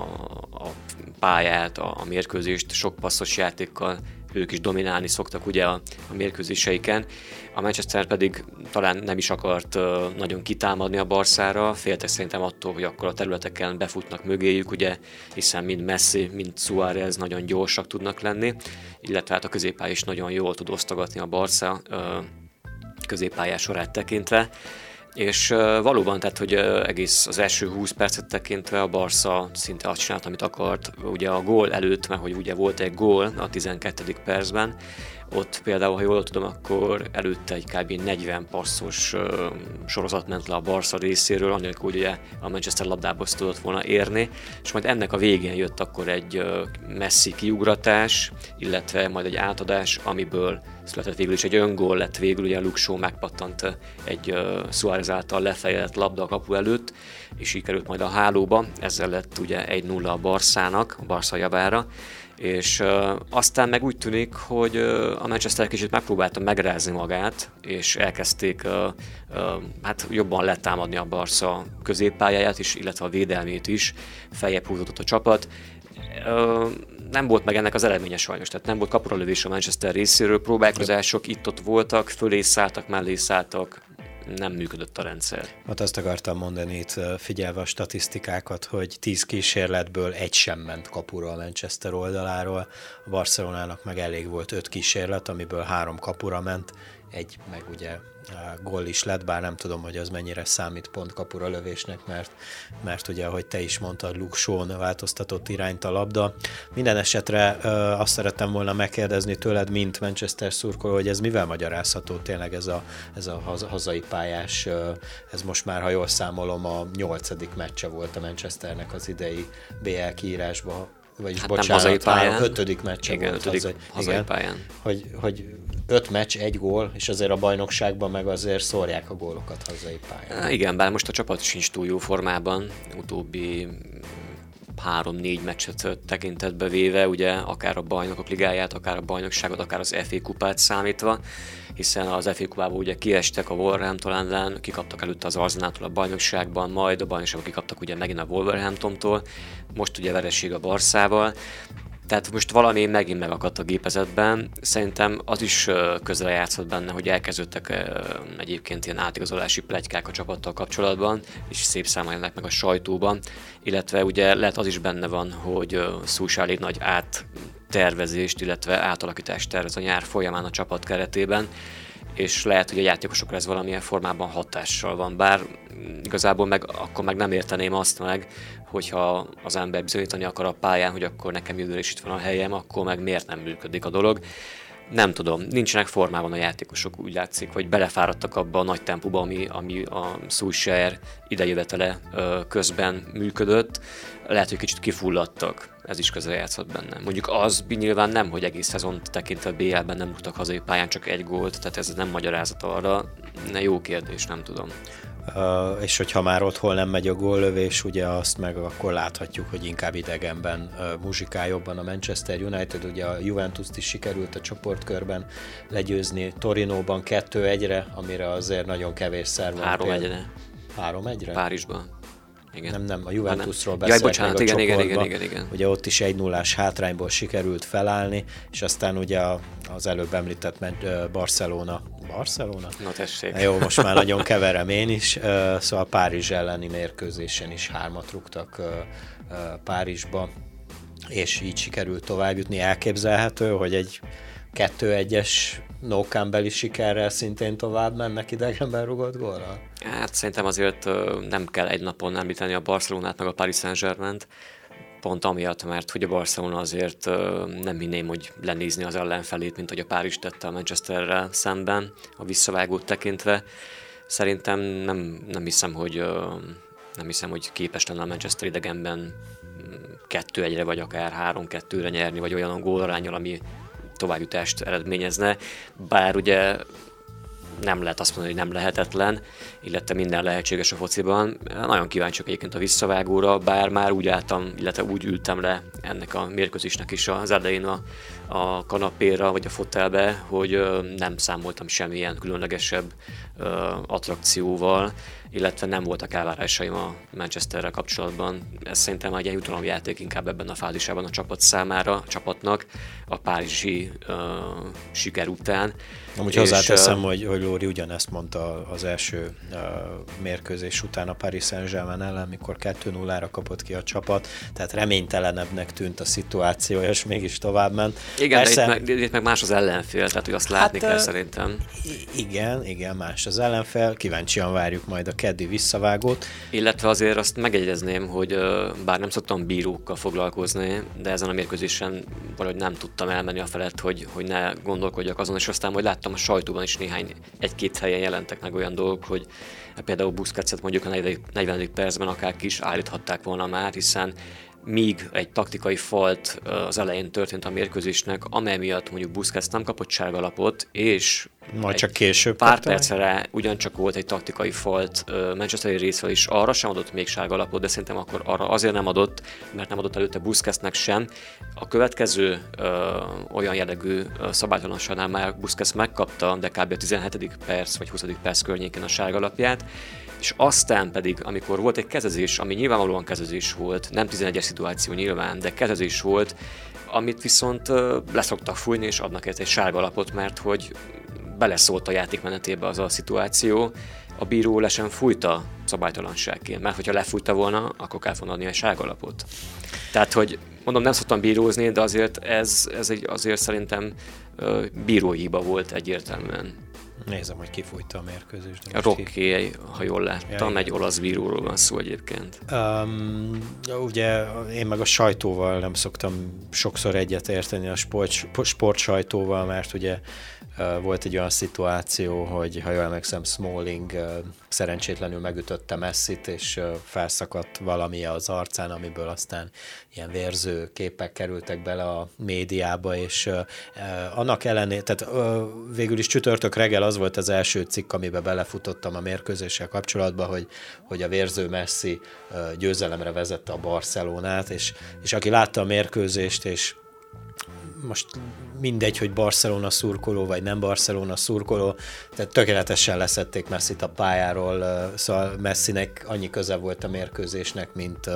pályát, a mérkőzést, sok passzos játékkal ők is dominálni szoktak ugye a mérkőzéseiken. A Manchester pedig talán nem is akart nagyon kitámadni a Barszára, féltek szerintem attól, hogy akkor a területeken befutnak mögéjük, ugye, hiszen mind Messi, mind Suárez nagyon gyorsak tudnak lenni, illetve hát a középpálya is nagyon jól tud osztogatni a Barca középpályás sorát tekintve. És valóban, tehát, hogy egész az első 20 percet tekintve a Barca szinte azt csinált, amit akart. Ugye a gól előtt, mert hogy ugye volt egy gól a 12. percben, ott például, ha jól tudom, akkor előtte egy kb. 40 passzos sorozat ment le a Barca részéről, anélkül ugye a Manchester labdába tudott volna érni, és majd ennek a végén jött akkor egy Messi kiugratás, illetve majd egy átadás, amiből született végül is egy öngól lett végül, ugye a Luke Shaw megpattant egy Suárez által lefejlett labda a kapu előtt, és így került majd a hálóba, ezzel lett ugye 1-0 a Barszának, a Barca javára, és aztán meg úgy tűnik, hogy a Manchester kicsit megpróbálta megrázni magát, és elkezdték hát jobban letámadni a Barca középpályáját is, illetve a védelmét is, feljebb húzódott a csapat. Nem volt meg ennek az eredménye sajnos, tehát nem volt kapuralövés a Manchester részéről, próbálkozások itt-ott voltak, fölé szálltak, mellé szálltak, nem működött a rendszer. Hát azt akartam mondani itt, figyelve a statisztikákat, hogy 10 kísérletből egy sem ment kapura a Manchester oldaláról, a Barcelonának meg elég volt 5 kísérlet, amiből 3 kapura ment, egy meg ugye gól is lett, bár nem tudom, hogy az mennyire számít pont kapura lövésnek, mert ugye, ahogy te is mondtad, Luke Shaw változtatott irányt a labda. Minden esetre azt szerettem volna megkérdezni tőled, mint Manchester szurkoló, hogy ez mivel magyarázható tényleg ez a hazai pályás, ez most már, ha jól számolom, a 8. meccse volt a Manchesternek az idei BL kiírásban, vagyis hát bocsánat, 5. meccse igen, volt 5. hazai pályán. Hogy 5 meccs, 1 gól, és azért a bajnokságban meg azért szórják a gólokat hazai pályán. Igen, bár most a csapat sincs túl jó formában, utóbbi 3-4 meccset tekintetbe véve, ugye akár a bajnokok ligáját, akár a bajnokságot, akár az FA kupát számítva, hiszen az FA kupában ugye kiestek a Wolverhampton ellen, kikaptak előtte az Arsenaltól a bajnokságban, majd a bajnokságban kikaptak ugye megint a Wolverhamptontól, most ugye vereség a Barszával. Tehát most valami megint megakadt a gépezetben. Szerintem az is közrejátszott benne, hogy elkezdődtek egyébként ilyen átigazolási pletykák a csapattal kapcsolatban, és szép számmal jönnek meg a sajtóban. Illetve ugye lehet az is benne van, hogy Solskjaer elég nagy áttervezést, illetve átalakítást tervez a nyár folyamán a csapat keretében, és lehet, hogy a játékosokra ez valamilyen formában hatással van, bár igazából akkor meg nem érteném azt meg, hogyha az ember bizonyítani akar a pályán, hogy akkor nekem jövőre is itt van a helyem, akkor meg miért nem működik a dolog. Nem tudom, nincsenek formában a játékosok, úgy látszik, hogy belefáradtak abba a nagy tempóba, ami a Solskjaer idejövetele közben működött. Lehet, hogy kicsit kifulladtak, ez is közrejátszott benne. Mondjuk az nyilván nem, hogy egész szezont tekintve BL-ben nem rúgtak hazai pályán, csak 1 gólt, tehát ez nem magyarázat arra. Jó kérdés, nem tudom. És hogyha már otthon nem megy a góllövés, ugye azt meg akkor láthatjuk, hogy inkább idegenben muzsikál jobban a Manchester United, ugye a Juventust is sikerült a csoportkörben legyőzni Torinóban 2-1-re, amire azért nagyon kevésszer van. 3-1-re. 3-1-re? Párizsban. Igen. Nem, a Juventusról beszélek meg a csoportban. Igen. Ugye ott is 1-0-ás hátrányból sikerült felállni, és aztán ugye az előbb említett Barcelona? Na tessék. Jó, most már nagyon keverem én is, szóval Párizs elleni mérkőzésen is 3-at rúgtak Párizsba, és így sikerült továbbjutni. Elképzelhető, hogy egy 2-1-es No Camp-beli sikerrel szintén tovább mennek idegenben rugott gólral? Hát szerintem azért nem kell egy napon említeni a Barcelonát meg a Paris Saint-Germaint, pont amiatt, mert hogy a Barcelona azért nem hinném, hogy lenézni az ellenfelét, mint hogy a Párizs tette a Manchesterrel szemben, a visszavágót tekintve. Szerintem nem hiszem, hogy képes lenne a Manchester idegenben 2-1-re, vagy akár 3-2-re nyerni, vagy olyan gólaránnyal, ami továbbjutást eredményezne. Bár ugye nem lehet azt mondani, hogy nem lehetetlen, illetve minden lehetséges a fociban. Nagyon kíváncsiak egyébként a visszavágóra, bár már úgy álltam, illetve úgy ültem le ennek a mérkőzésnek is az elején a kanapéra, vagy a fotelbe, hogy nem számoltam semmilyen különlegesebb attrakcióval, illetve nem voltak elvárásaim a Manchesterrel kapcsolatban. Ez szerintem egy jutalomjáték inkább ebben a fázisában a csapat számára, a csapatnak, a párizsi siker után. Amúgy hozzáteszem, hogy Lóri ugyanezt mondta az első mérkőzés után a Paris Saint-Germain ellen, mikor 2-0-ra kapott ki a csapat, tehát reménytelenebbnek tűnt a szituáció, és mégis továbbment. Igen, persze, de itt meg más az ellenfél, tehát hogy azt látni kell szerintem. Igen, más az ellenfél, kíváncsian várjuk majd a keddi visszavágót. Illetve azért azt megjegyezném, hogy bár nem szoktam bírókkal foglalkozni, de ezen a mérkőzésen valahogy nem tudtam elmenni a felett, hogy ne gondolkodjak azon, és aztán majd láttam a sajtóban is egy-két helyen jelentek meg olyan dolgok, hogy például Busquetset mondjuk a 40. percben akár ki is állíthatták volna már, hiszen míg egy taktikai falt az elején történt a mérkőzésnek, amely miatt mondjuk Busquets nem kapott sárgalapot, és majd csak később pár percre ugyancsak volt egy taktikai falt Manchesteri részről is, arra sem adott még sárgalapot, de szerintem akkor arra azért nem adott, mert nem adott előtte Busquetsnek sem. A következő olyan jellegű szabálytalanságnál már Busquets megkapta, de kb. A 17. perc vagy 20. perc környékén a sárgalapját, és aztán pedig, amikor volt egy kezezés, ami nyilvánvalóan kezezés volt, nem 11-es szituáció nyilván, de kezezés volt, amit viszont leszoktak fújni, és adnak egy sárgalapot, mert hogy beleszólt a játékmenetébe az a szituáció, a bíró le sem fújta szabálytalanságként, mert hogyha lefújta volna, akkor kell volna adni egy sárgalapot. Tehát, hogy mondom, nem szoktam bírózni, de azért ez azért szerintem bírói hiba volt egyértelműen. Nézem, hogy ki fújta a mérkőzést. Rocky, ha jól láttam, egy olasz bíróról van szó egyébként. Ugye én meg a sajtóval nem szoktam sokszor egyet érteni, a sport sajtóval, mert ugye volt egy olyan szituáció, hogy ha jól emlékszem, Smalling szerencsétlenül megütötte Messit, és felszakadt valami az arcán, amiből aztán ilyen vérző képek kerültek bele a médiába, és annak ellenére, tehát végül is csütörtök reggel az volt az első cikk, amiben belefutottam a mérkőzéssel kapcsolatban, hogy a vérző Messi győzelemre vezette a Barcelonát, és aki látta a mérkőzést, és most mindegy, hogy Barcelona szurkoló, vagy nem Barcelona szurkoló, tehát tökéletesen leszették Messit a pályáról, szóval Messinek annyi köze volt a mérkőzésnek, mint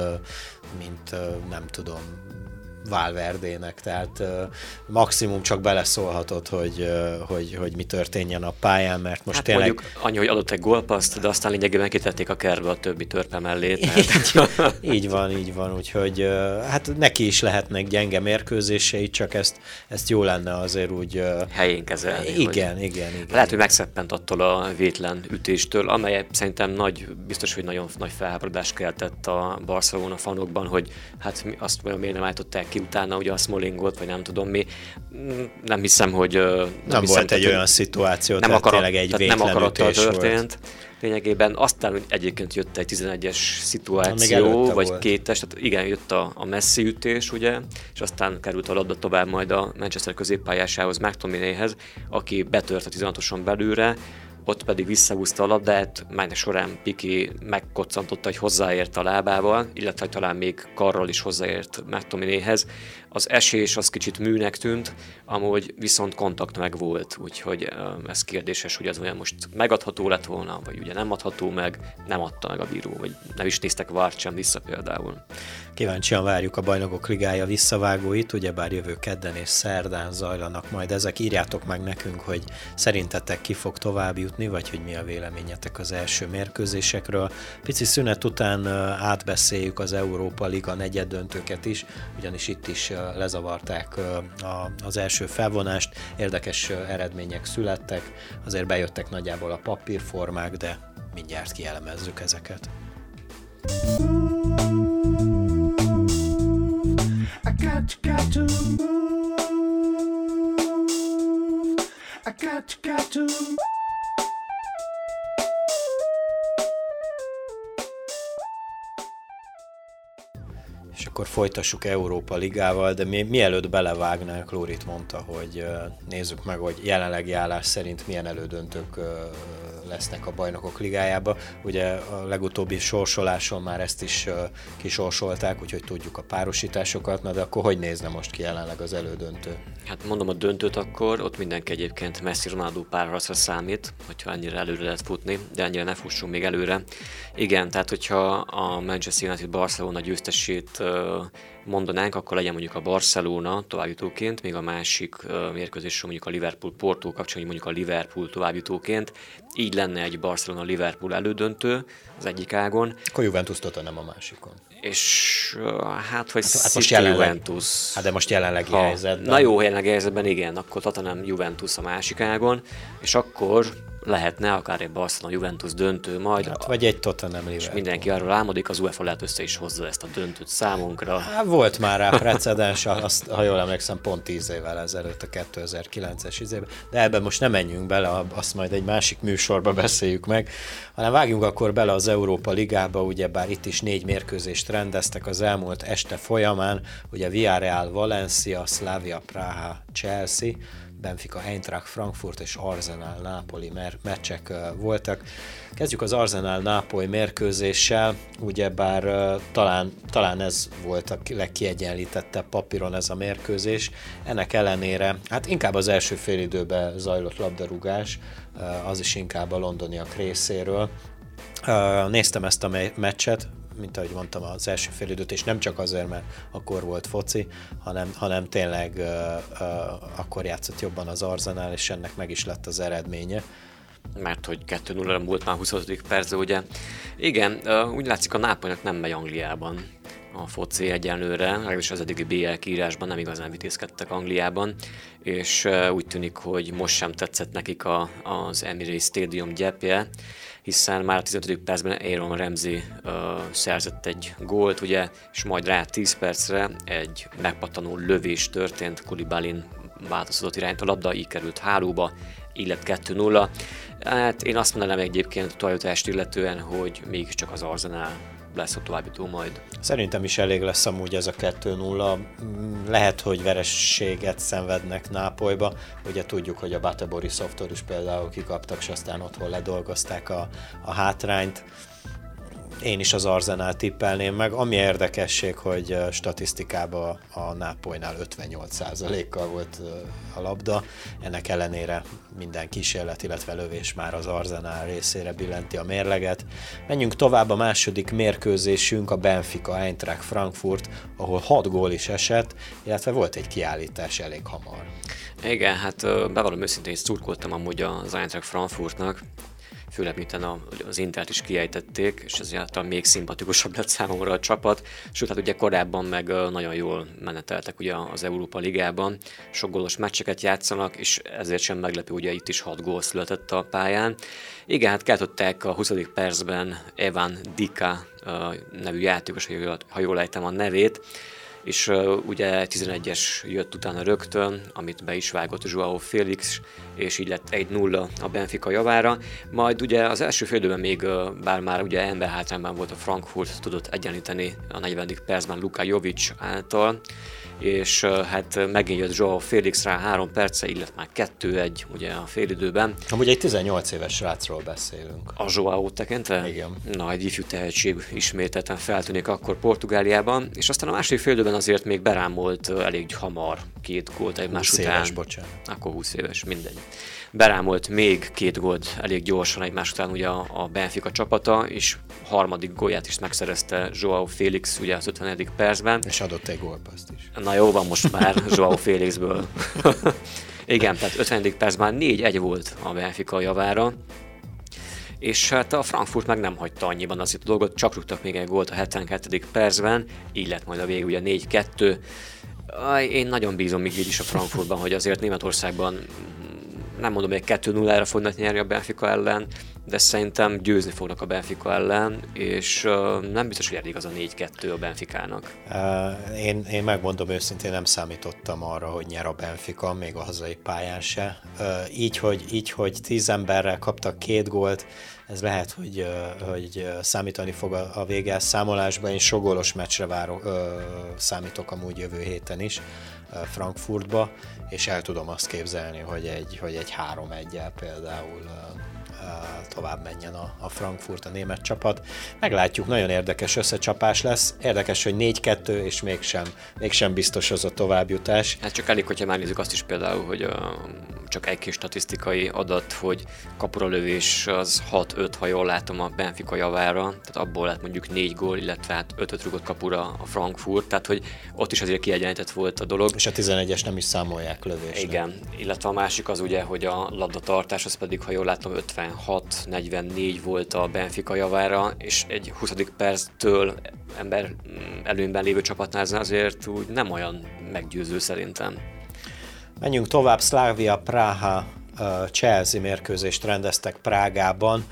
nem tudom, Valverdének, tehát maximum csak beleszólhatott, hogy mi történjen a pályán, mert most tényleg... Mondjuk annyi, hogy adott egy gólpaszt, de aztán lényegében kitették a kertbe a többi törpe mellé. Így van, úgyhogy hát neki is lehetnek gyenge mérkőzései, csak ezt jó lenne azért úgy... helyén kezelni. Igen. Lehet, hogy megszeppent attól a vétlen ütéstől, amely szerintem biztos, hogy nagyon nagy felháborodást keltett a Barcelona fanokban, hogy hát azt miért nem állították ki utána ugye a Smallingot, vagy nem tudom mi. Nem hiszem, hogy... Nem volt egy olyan szituáció, tehát tényleg egy vétlen ütés történt. Lényegében aztán egyébként jött egy 11-es szituáció, vagy volt. 2-es, tehát igen, jött a Messi ütés, ugye, és aztán került a labda tovább majd a Manchester középpályásához, McTominayhez, aki betört a 16-oson belülre, ott pedig visszahúzta a labdát, melynek során Piqué megkoccantotta, hogy hozzáért a lábával, illetve talán még karral is hozzáért McTominayhez. Az esés az kicsit műnek tűnt, amúgy viszont kontakt meg volt, úgyhogy ez kérdéses, hogy az olyan most megadható lett volna, vagy ugye nem adható meg, nem adta meg a bíró, vagy nem is néztek várt sem vissza például. Kíváncsian várjuk a Bajnokok Ligája visszavágóit, ugyebár jövő kedden és szerdán zajlanak majd ezek. Írjátok meg nekünk, hogy szerintetek ki fog tovább jutni, vagy hogy mi a véleményetek az első mérkőzésekről. Pici szünet után átbeszéljük az Európa Liga negyeddöntőket is, ugyanis itt is lezavarták az első felvonást, érdekes eredmények születtek, azért bejöttek nagyjából a papírformák, de mindjárt kielemezzük ezeket. És akkor folytassuk Európa Ligával, de mielőtt belevágnánk, Lórit mondta, hogy nézzük meg, hogy jelenlegi állás szerint milyen elődöntők lesznek a Bajnokok Ligájába. Ugye a legutóbbi sorsoláson már ezt is kisorsolták, úgyhogy tudjuk a párosításokat, de akkor hogy nézne most ki jelenleg az elődöntő? Hát mondom a döntőt akkor, ott mindenki egyébként Messi-Ronaldo párharcra számít, hogyha ennyire előre lehet futni, de ennyire ne fussunk még előre. Igen, tehát hogyha a Manchester United Barcelona győztesét mondanánk, akkor legyen mondjuk a Barcelona továbbjutóként, még a másik mérkőzésről mondjuk a Liverpool-Porto kapcsolatban mondjuk a Liverpool továbbjutóként. Így lenne egy Barcelona-Liverpool elődöntő az egyik ágon. Akkor Juventus-Tottenham a másikon. És hát, hogy most Juventus. Hát de most jelenlegi helyzetben. Na jó, jelenlegi helyzetben igen, akkor Tottenham Juventus a másik ágon, és akkor lehetne akár egy Barcelona-Juventus döntő majd. Hát, vagy egy Tottenham-Liverpool. És mindenki arról álmodik, az UEFA lehet össze is hozza ezt a döntőt számunkra. Hát, volt már rá precedens, azt, ha jól emlékszem, pont 10 évvel ezelőtt a 2009-es izében. De ebben most nem menjünk bele, azt majd egy másik műsorba beszéljük meg, hanem vágjunk akkor bele az Európa Ligába, ugyebár itt is 4 mérkőzést rendeztek az elmúlt este folyamán, ugye Villarreal, Valencia, Slavia Praha, Chelsea, Benfica, Eintracht Frankfurt és Arsenal Napoli meccsek voltak. Kezdjük az Arsenal Napoli mérkőzéssel, ugyebár talán ez volt a legkiegyenlítettebb papíron ez a mérkőzés. Ennek ellenére, hát inkább az első félidőben zajlott labdarúgás, az is inkább a londoniak részéről. Néztem ezt a meccset, mint ahogy mondtam, az első félidőt, és nem csak azért, mert akkor volt foci, hanem tényleg akkor játszott jobban az Arsenal, és ennek meg is lett az eredménye. Mert hogy 2-0-ra múlt már 25. percben, ugye. Igen, úgy látszik a Nápolynak nem megy Angliában a foci egyenlőre, legalábbis az eddigi BL kiírásban nem igazán vitézkedtek Angliában, és úgy tűnik, hogy most sem tetszett nekik az Emirates Stadium gyepje, hiszen már a 15. percben Aaron Ramsey szerzett egy gólt, ugye, és majd rá 10 percre egy megpattanó lövés történt, Koulibalin változtatott irányt a labda, így került hálóba, így lett 2-0. Hát én azt mondanám egyébként a továbbjutást illetően, hogy mégiscsak az Arsenal lesz a továbbjutó majd. Szerintem is elég lesz amúgy ez a 2-0. Lehet, hogy vereséget szenvednek Nápolyba. Ugye tudjuk, hogy a Bate Borisovtól is például kikaptak, és aztán otthon ledolgozták a hátrányt. Én is az Arsenal tippelném meg. Ami érdekesség, hogy statisztikában a Nápolynál 58%-kal volt a labda. Ennek ellenére minden kísérlet, illetve lövés már az Arsenal részére billenti a mérleget. Menjünk tovább, a második mérkőzésünk a Benfica Eintracht Frankfurt, ahol 6 gól is esett, illetve volt egy kiállítás elég hamar. Igen, hát bevallom őszintén, szurkoltam amúgy az Eintracht Frankfurtnak, főleg miután az Intert is kiejtették, és ezért még szimpatikusabb lett számomra a csapat. Sőt, hát ugye korábban meg nagyon jól meneteltek ugye az Európa Ligában, sok gólos meccseket játszanak, és ezért sem meglepő, ugye itt is 6 gól született a pályán. Igen, hát keltották a 20. percben Evan Dika nevű játékos, ha jól ejtem a nevét, és ugye 11-es jött utána rögtön, amit be is vágott Joao Félix, és így lett 1-0 a Benfica javára. Majd ugye az első félidőben még, bár már ugye emberhátrányban volt a Frankfurt, tudott egyenlíteni a 40. percben Luka Jovic által, és hát megint jött Joao Félix rá 3 perce, így lett már 2-1 ugye a félidőben. Amúgy egy 18 éves srácról beszélünk. A Joao-t tekintve? Igen. Na, egy ifjú tehetség ismételten feltűnik akkor Portugáliában, és aztán a második félidőben azért még berámolt elég hamar 2 gólt egymás után. 20 éves, bocsánat. Akkor 20 éves, mindegy. Berámolt még 2 gólt elég gyorsan egymás után ugye a Benfica csapata, és harmadik gólját is megszerezte Joao Félix ugye az 50. percben. És adott egy gólpaszt is. Na jó van most már Joao Félixből. Igen, tehát 50. percben 4-1 volt a Benfica javára, és hát a Frankfurt meg nem hagyta annyiban azért a dolgot, csak rúgtak még egy gólt a 77. percben, így lett majd a vég ugye 4-2. Én nagyon bízom még így is a Frankfurtban, hogy azért Németországban nem mondom, hogy 2-0-ra fognak nyerni a Benfica ellen, de szerintem győzni fognak a Benfica ellen, és nem biztos, hogy elég az a 4-2 a Benficának. Én megmondom őszintén, nem számítottam arra, hogy nyer a Benfica, még a hazai pályán se. Így, hogy 10 emberrel kaptak 2 gólt, ez lehet, hogy számítani fog a végelszámolásban. Én sok gólos meccsre számítok amúgy jövő héten is Frankfurtba, és el tudom azt képzelni, hogy egy 3-1-jel például tovább menjen a Frankfurt, a német csapat. Meglátjuk, nagyon érdekes összecsapás lesz. Érdekes, hogy 4-2, és mégsem biztos az a továbbjutás. Hát csak elég, hogyha már nézzük azt is például, hogy csak egy kis statisztikai adat, hogy kapuralövés az 6-5, ha jól látom, a Benfica javára, tehát abból lett mondjuk 4 gól, illetve hát 5-5 rúgott kapura a Frankfurt, tehát hogy ott is azért kiegyenlített volt a dolog. És a 11-es nem is számolják lövésnek. Igen, illetve a másik az ugye, hogy a labdatartás az pedig, ha jól látom, 56-44 volt a Benfica javára, és egy 20. perctől ember előnyben lévő csapatnál azért úgy nem olyan meggyőző szerintem. Menjünk tovább, Slavia Praha Chelsea mérkőzést rendeztek Prágában.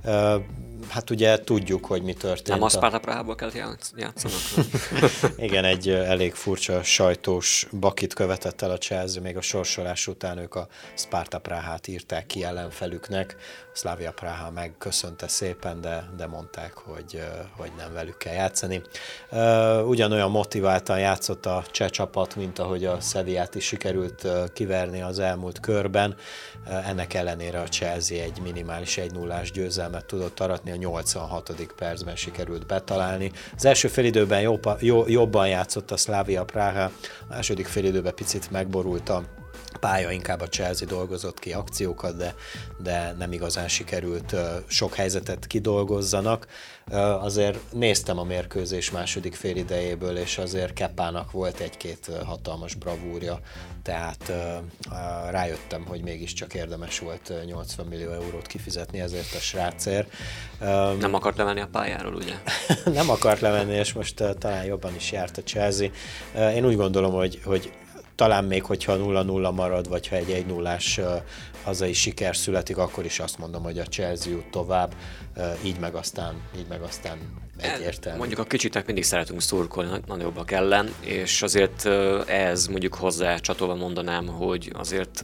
Hát ugye tudjuk, hogy mi történt. Nem a Sparta Prahából kell játszanak. Igen, egy elég furcsa sajtós bakit követett el a Chelsea, még a sorsolás után ők a Sparta Prahát írták ki ellenfelüknek. A Slavia Praha megköszönte szépen, de mondták, hogy nem velük kell játszani. Ugyanolyan motiváltan játszott a cseh csapat, mint ahogy a Sevillát is sikerült kiverni az elmúlt körben. Ennek ellenére a Chelsea egy minimális 1-0-ás győzelmet tudott aratni, a 86. percben sikerült betalálni. Az első félidőben jobban játszott a Slavia Praha, a második félidőben picit megborult a pálya, inkább a Chelsea dolgozott ki akciókat, de nem igazán sikerült sok helyzetet kidolgozzanak. Azért néztem a mérkőzés második félidejéből, és azért Keppának volt egy-két hatalmas bravúrja, tehát rájöttem, hogy mégiscsak érdemes volt 80 millió eurót kifizetni ezért a srácért. Nem akart lemenni a pályáról, ugye? Nem akart lemenni, és most talán jobban is járt a Chelsea. Én úgy gondolom, hogy talán még, hogyha 0-0 marad, vagy ha egy 1-0-ás hazai siker születik, akkor is azt mondom, hogy a Chelsea jut tovább, így meg aztán egyértelmű. Mondjuk a kicsiknek mindig szeretünk szurkolni nagyobbak ellen, és azért ez mondjuk hozzá csatolva mondanám, hogy azért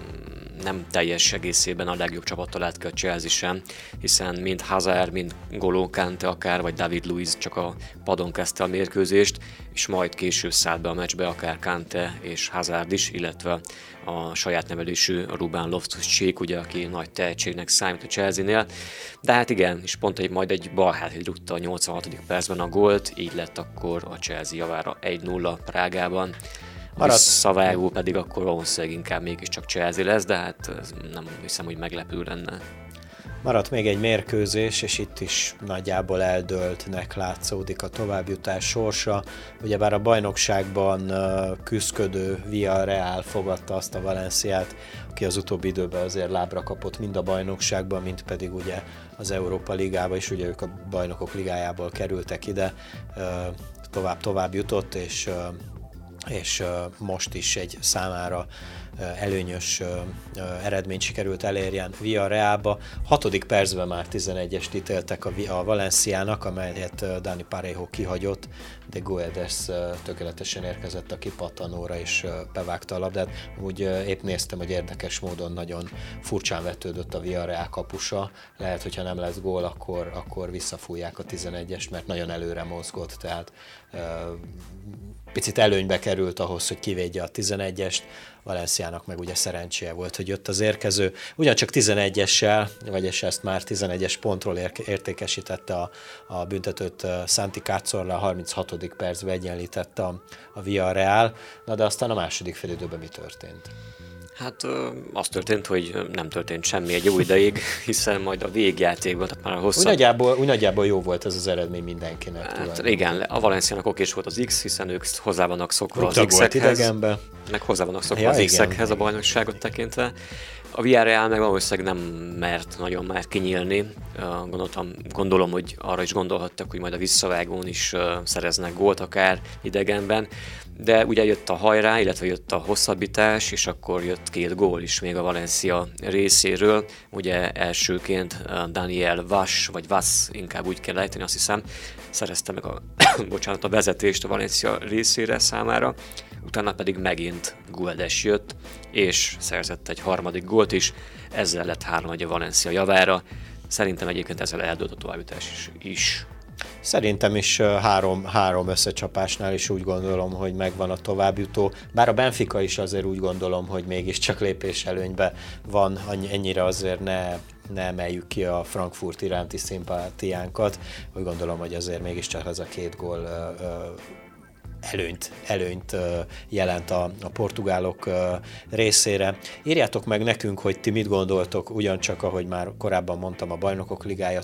nem teljes egészében a legjobb csapattal állt ki a Chelsea sem, hiszen mind Hazard, mind N'Golo Kanté akár, vagy David Luiz csak a padon kezdte a mérkőzést, és majd később szállt be a meccsbe akár Kanté és Hazard is, illetve a saját nevelésű Ruben Loftus-Cheek, ugye, aki nagy tehetségnek számít a Chelsea-nél. De hát igen, és pont majd egy balhátét rúgta a 86. percben a gólt, így lett akkor a Chelsea javára 1-0 Prágában. A visszavágó pedig akkor valószínűleg inkább mégiscsak Chelsea lesz, de hát nem hiszem, hogy meglepő lenne. Maradt még egy mérkőzés, és itt is nagyjából eldőltnek látszódik a továbbjutás sorsa. Ugyebár a bajnokságban küszködő Villarreal fogadta azt a Valenciát, aki az utóbbi időben azért lábra kapott mind a bajnokságban, mind pedig ugye az Európa Ligába, és ugye ők a Bajnokok Ligájából kerültek ide, tovább jutott, és most is egy számára előnyös eredményt sikerült elérjen Villarrealba. 6. percben már 11-est ítéltek a Valenciának, amelyet Dani Parejo kihagyott, de Guedes tökéletesen érkezett a kipattanóra és bevágta a labdát. Úgy épp néztem, hogy érdekes módon nagyon furcsán vetődött a Villarreal kapusa. Lehet, hogyha nem lesz gól, akkor visszafújják a 11-est, mert nagyon előre mozgott, tehát picit előnybe került ahhoz, hogy kivédje a 11-est. Valenciának meg ugye szerencséje volt, hogy jött az érkező. Ugyancsak 11-essel, vagyis ezt már 11-es pontról értékesítette a büntetőt Santi Cazorla, a 36. percben egyenlítette a Villarreal. Na de aztán a második félidőben mi történt? Hát az történt, hogy nem történt semmi egy jó ideig, hiszen majd a végjátékban, tehát már a hosszabb... Úgy nagyjából jó volt ez az eredmény mindenkinek. Hát igen, a Valenciának okés volt az X, hiszen ők hozzá vannak szokva az X-ekhez. Idegenbe. meg hozzá vannak szokva az X-ekhez a bajnokságot tekintve. A Villarreal meg valószínűleg nem mert nagyon már kinyílni. Gondolom, hogy arra is gondolhattak, hogy majd a visszavágón is szereznek gólt akár idegenben, de ugye jött a hajrá, illetve jött a hosszabbítás, és akkor jött 2 gól is még a Valencia részéről. Ugye elsőként Daniel Vas, vagy Vas, inkább úgy kell ejteni, azt hiszem, szerezte meg a vezetést a Valencia részére számára, utána pedig megint Guedes jött, és szerzett egy harmadik gólt is, ezzel lett 3-1 a Valencia javára. Szerintem egyébként ezzel eldőlt a továbbjutás is. Szerintem is három összecsapásnál is úgy gondolom, hogy megvan a továbbjutó. Bár a Benfica is azért úgy gondolom, hogy mégiscsak lépés előnyben van, ennyire azért ne emeljük ki a Frankfurt iránti szimpátiánkat. Úgy gondolom, hogy azért mégiscsak az a 2 gól előnyt jelent a portugálok részére. Írjátok meg nekünk, hogy ti mit gondoltok, ugyancsak, ahogy már korábban mondtam, a Bajnokok Ligája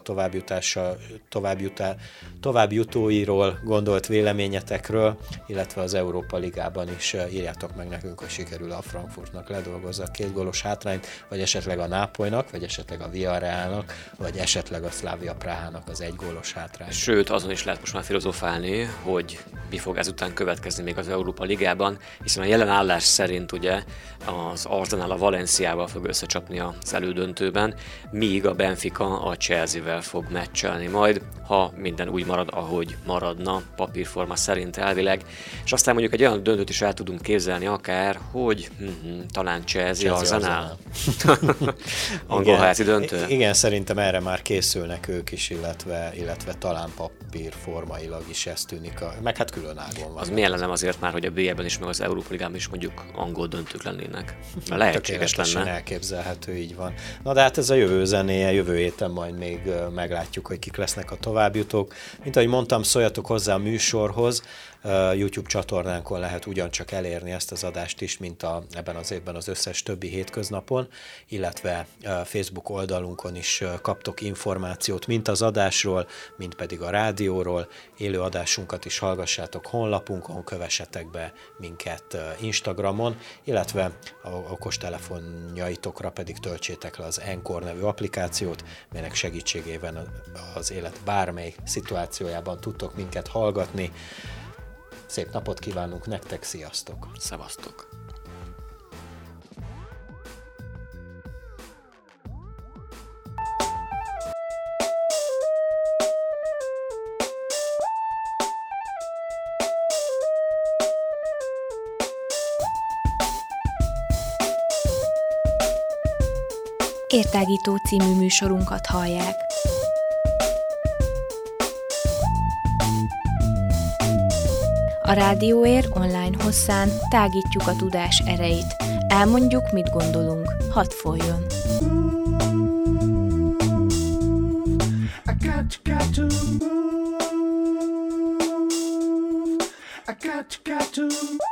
továbbjutóiról gondolt véleményetekről, illetve az Európa Ligában is írjátok meg nekünk, hogy sikerül a Frankfurtnak ledolgozni a 2 gólos hátrányt, vagy esetleg a Nápolynak, vagy esetleg a Villarrealnak, vagy esetleg a Slavia Prahának az 1 gólos hátrányt. Sőt, azon is lehet most már filozofálni, hogy mi fog ezután következni még az Európa Ligában, hiszen a jelen állás szerint ugye az Arsenal a Valenciával fog összecsapni az elődöntőben, míg a Benfica a Chelsea-vel fog meccselni majd, ha minden úgy marad, ahogy maradna papírforma szerint elvileg, és aztán mondjuk egy olyan döntőt is el tudunk képzelni akár, hogy talán Chelsea Arsenal. Angolházi döntő. Igen, szerintem erre már készülnek ők is, illetve talán papírformailag is ez tűnik, meg hát különágon van. Az milyen lenne azért már, hogy a BL-ben is, meg az Európa Ligában is mondjuk angol döntők lennének. Lehetséges lenne. Elképzelhető, így van. Na de hát ez a jövő zenéje, jövő héten majd még meglátjuk, hogy kik lesznek a továbbjutók. Mint ahogy mondtam, szóljatok hozzá a műsorhoz, YouTube csatornánkon lehet ugyancsak elérni ezt az adást is, mint ebben az évben az összes többi hétköznapon, illetve Facebook oldalunkon is kaptok információt, mint az adásról, mint pedig a rádióról. Élő adásunkat is hallgassátok honlapunkon, kövessetek be minket Instagramon, illetve a okostelefonjaitokra pedig töltsétek le az Encore nevű applikációt, melynek segítségével az élet bármely szituációjában tudtok minket hallgatni. Szép napot kívánunk nektek, sziasztok! Szevasztok! Értágító című műsorunkat hallják. A Rádióér online hosszán tágítjuk a tudás erejét. Elmondjuk, mit gondolunk. Hadd folyjon! I got to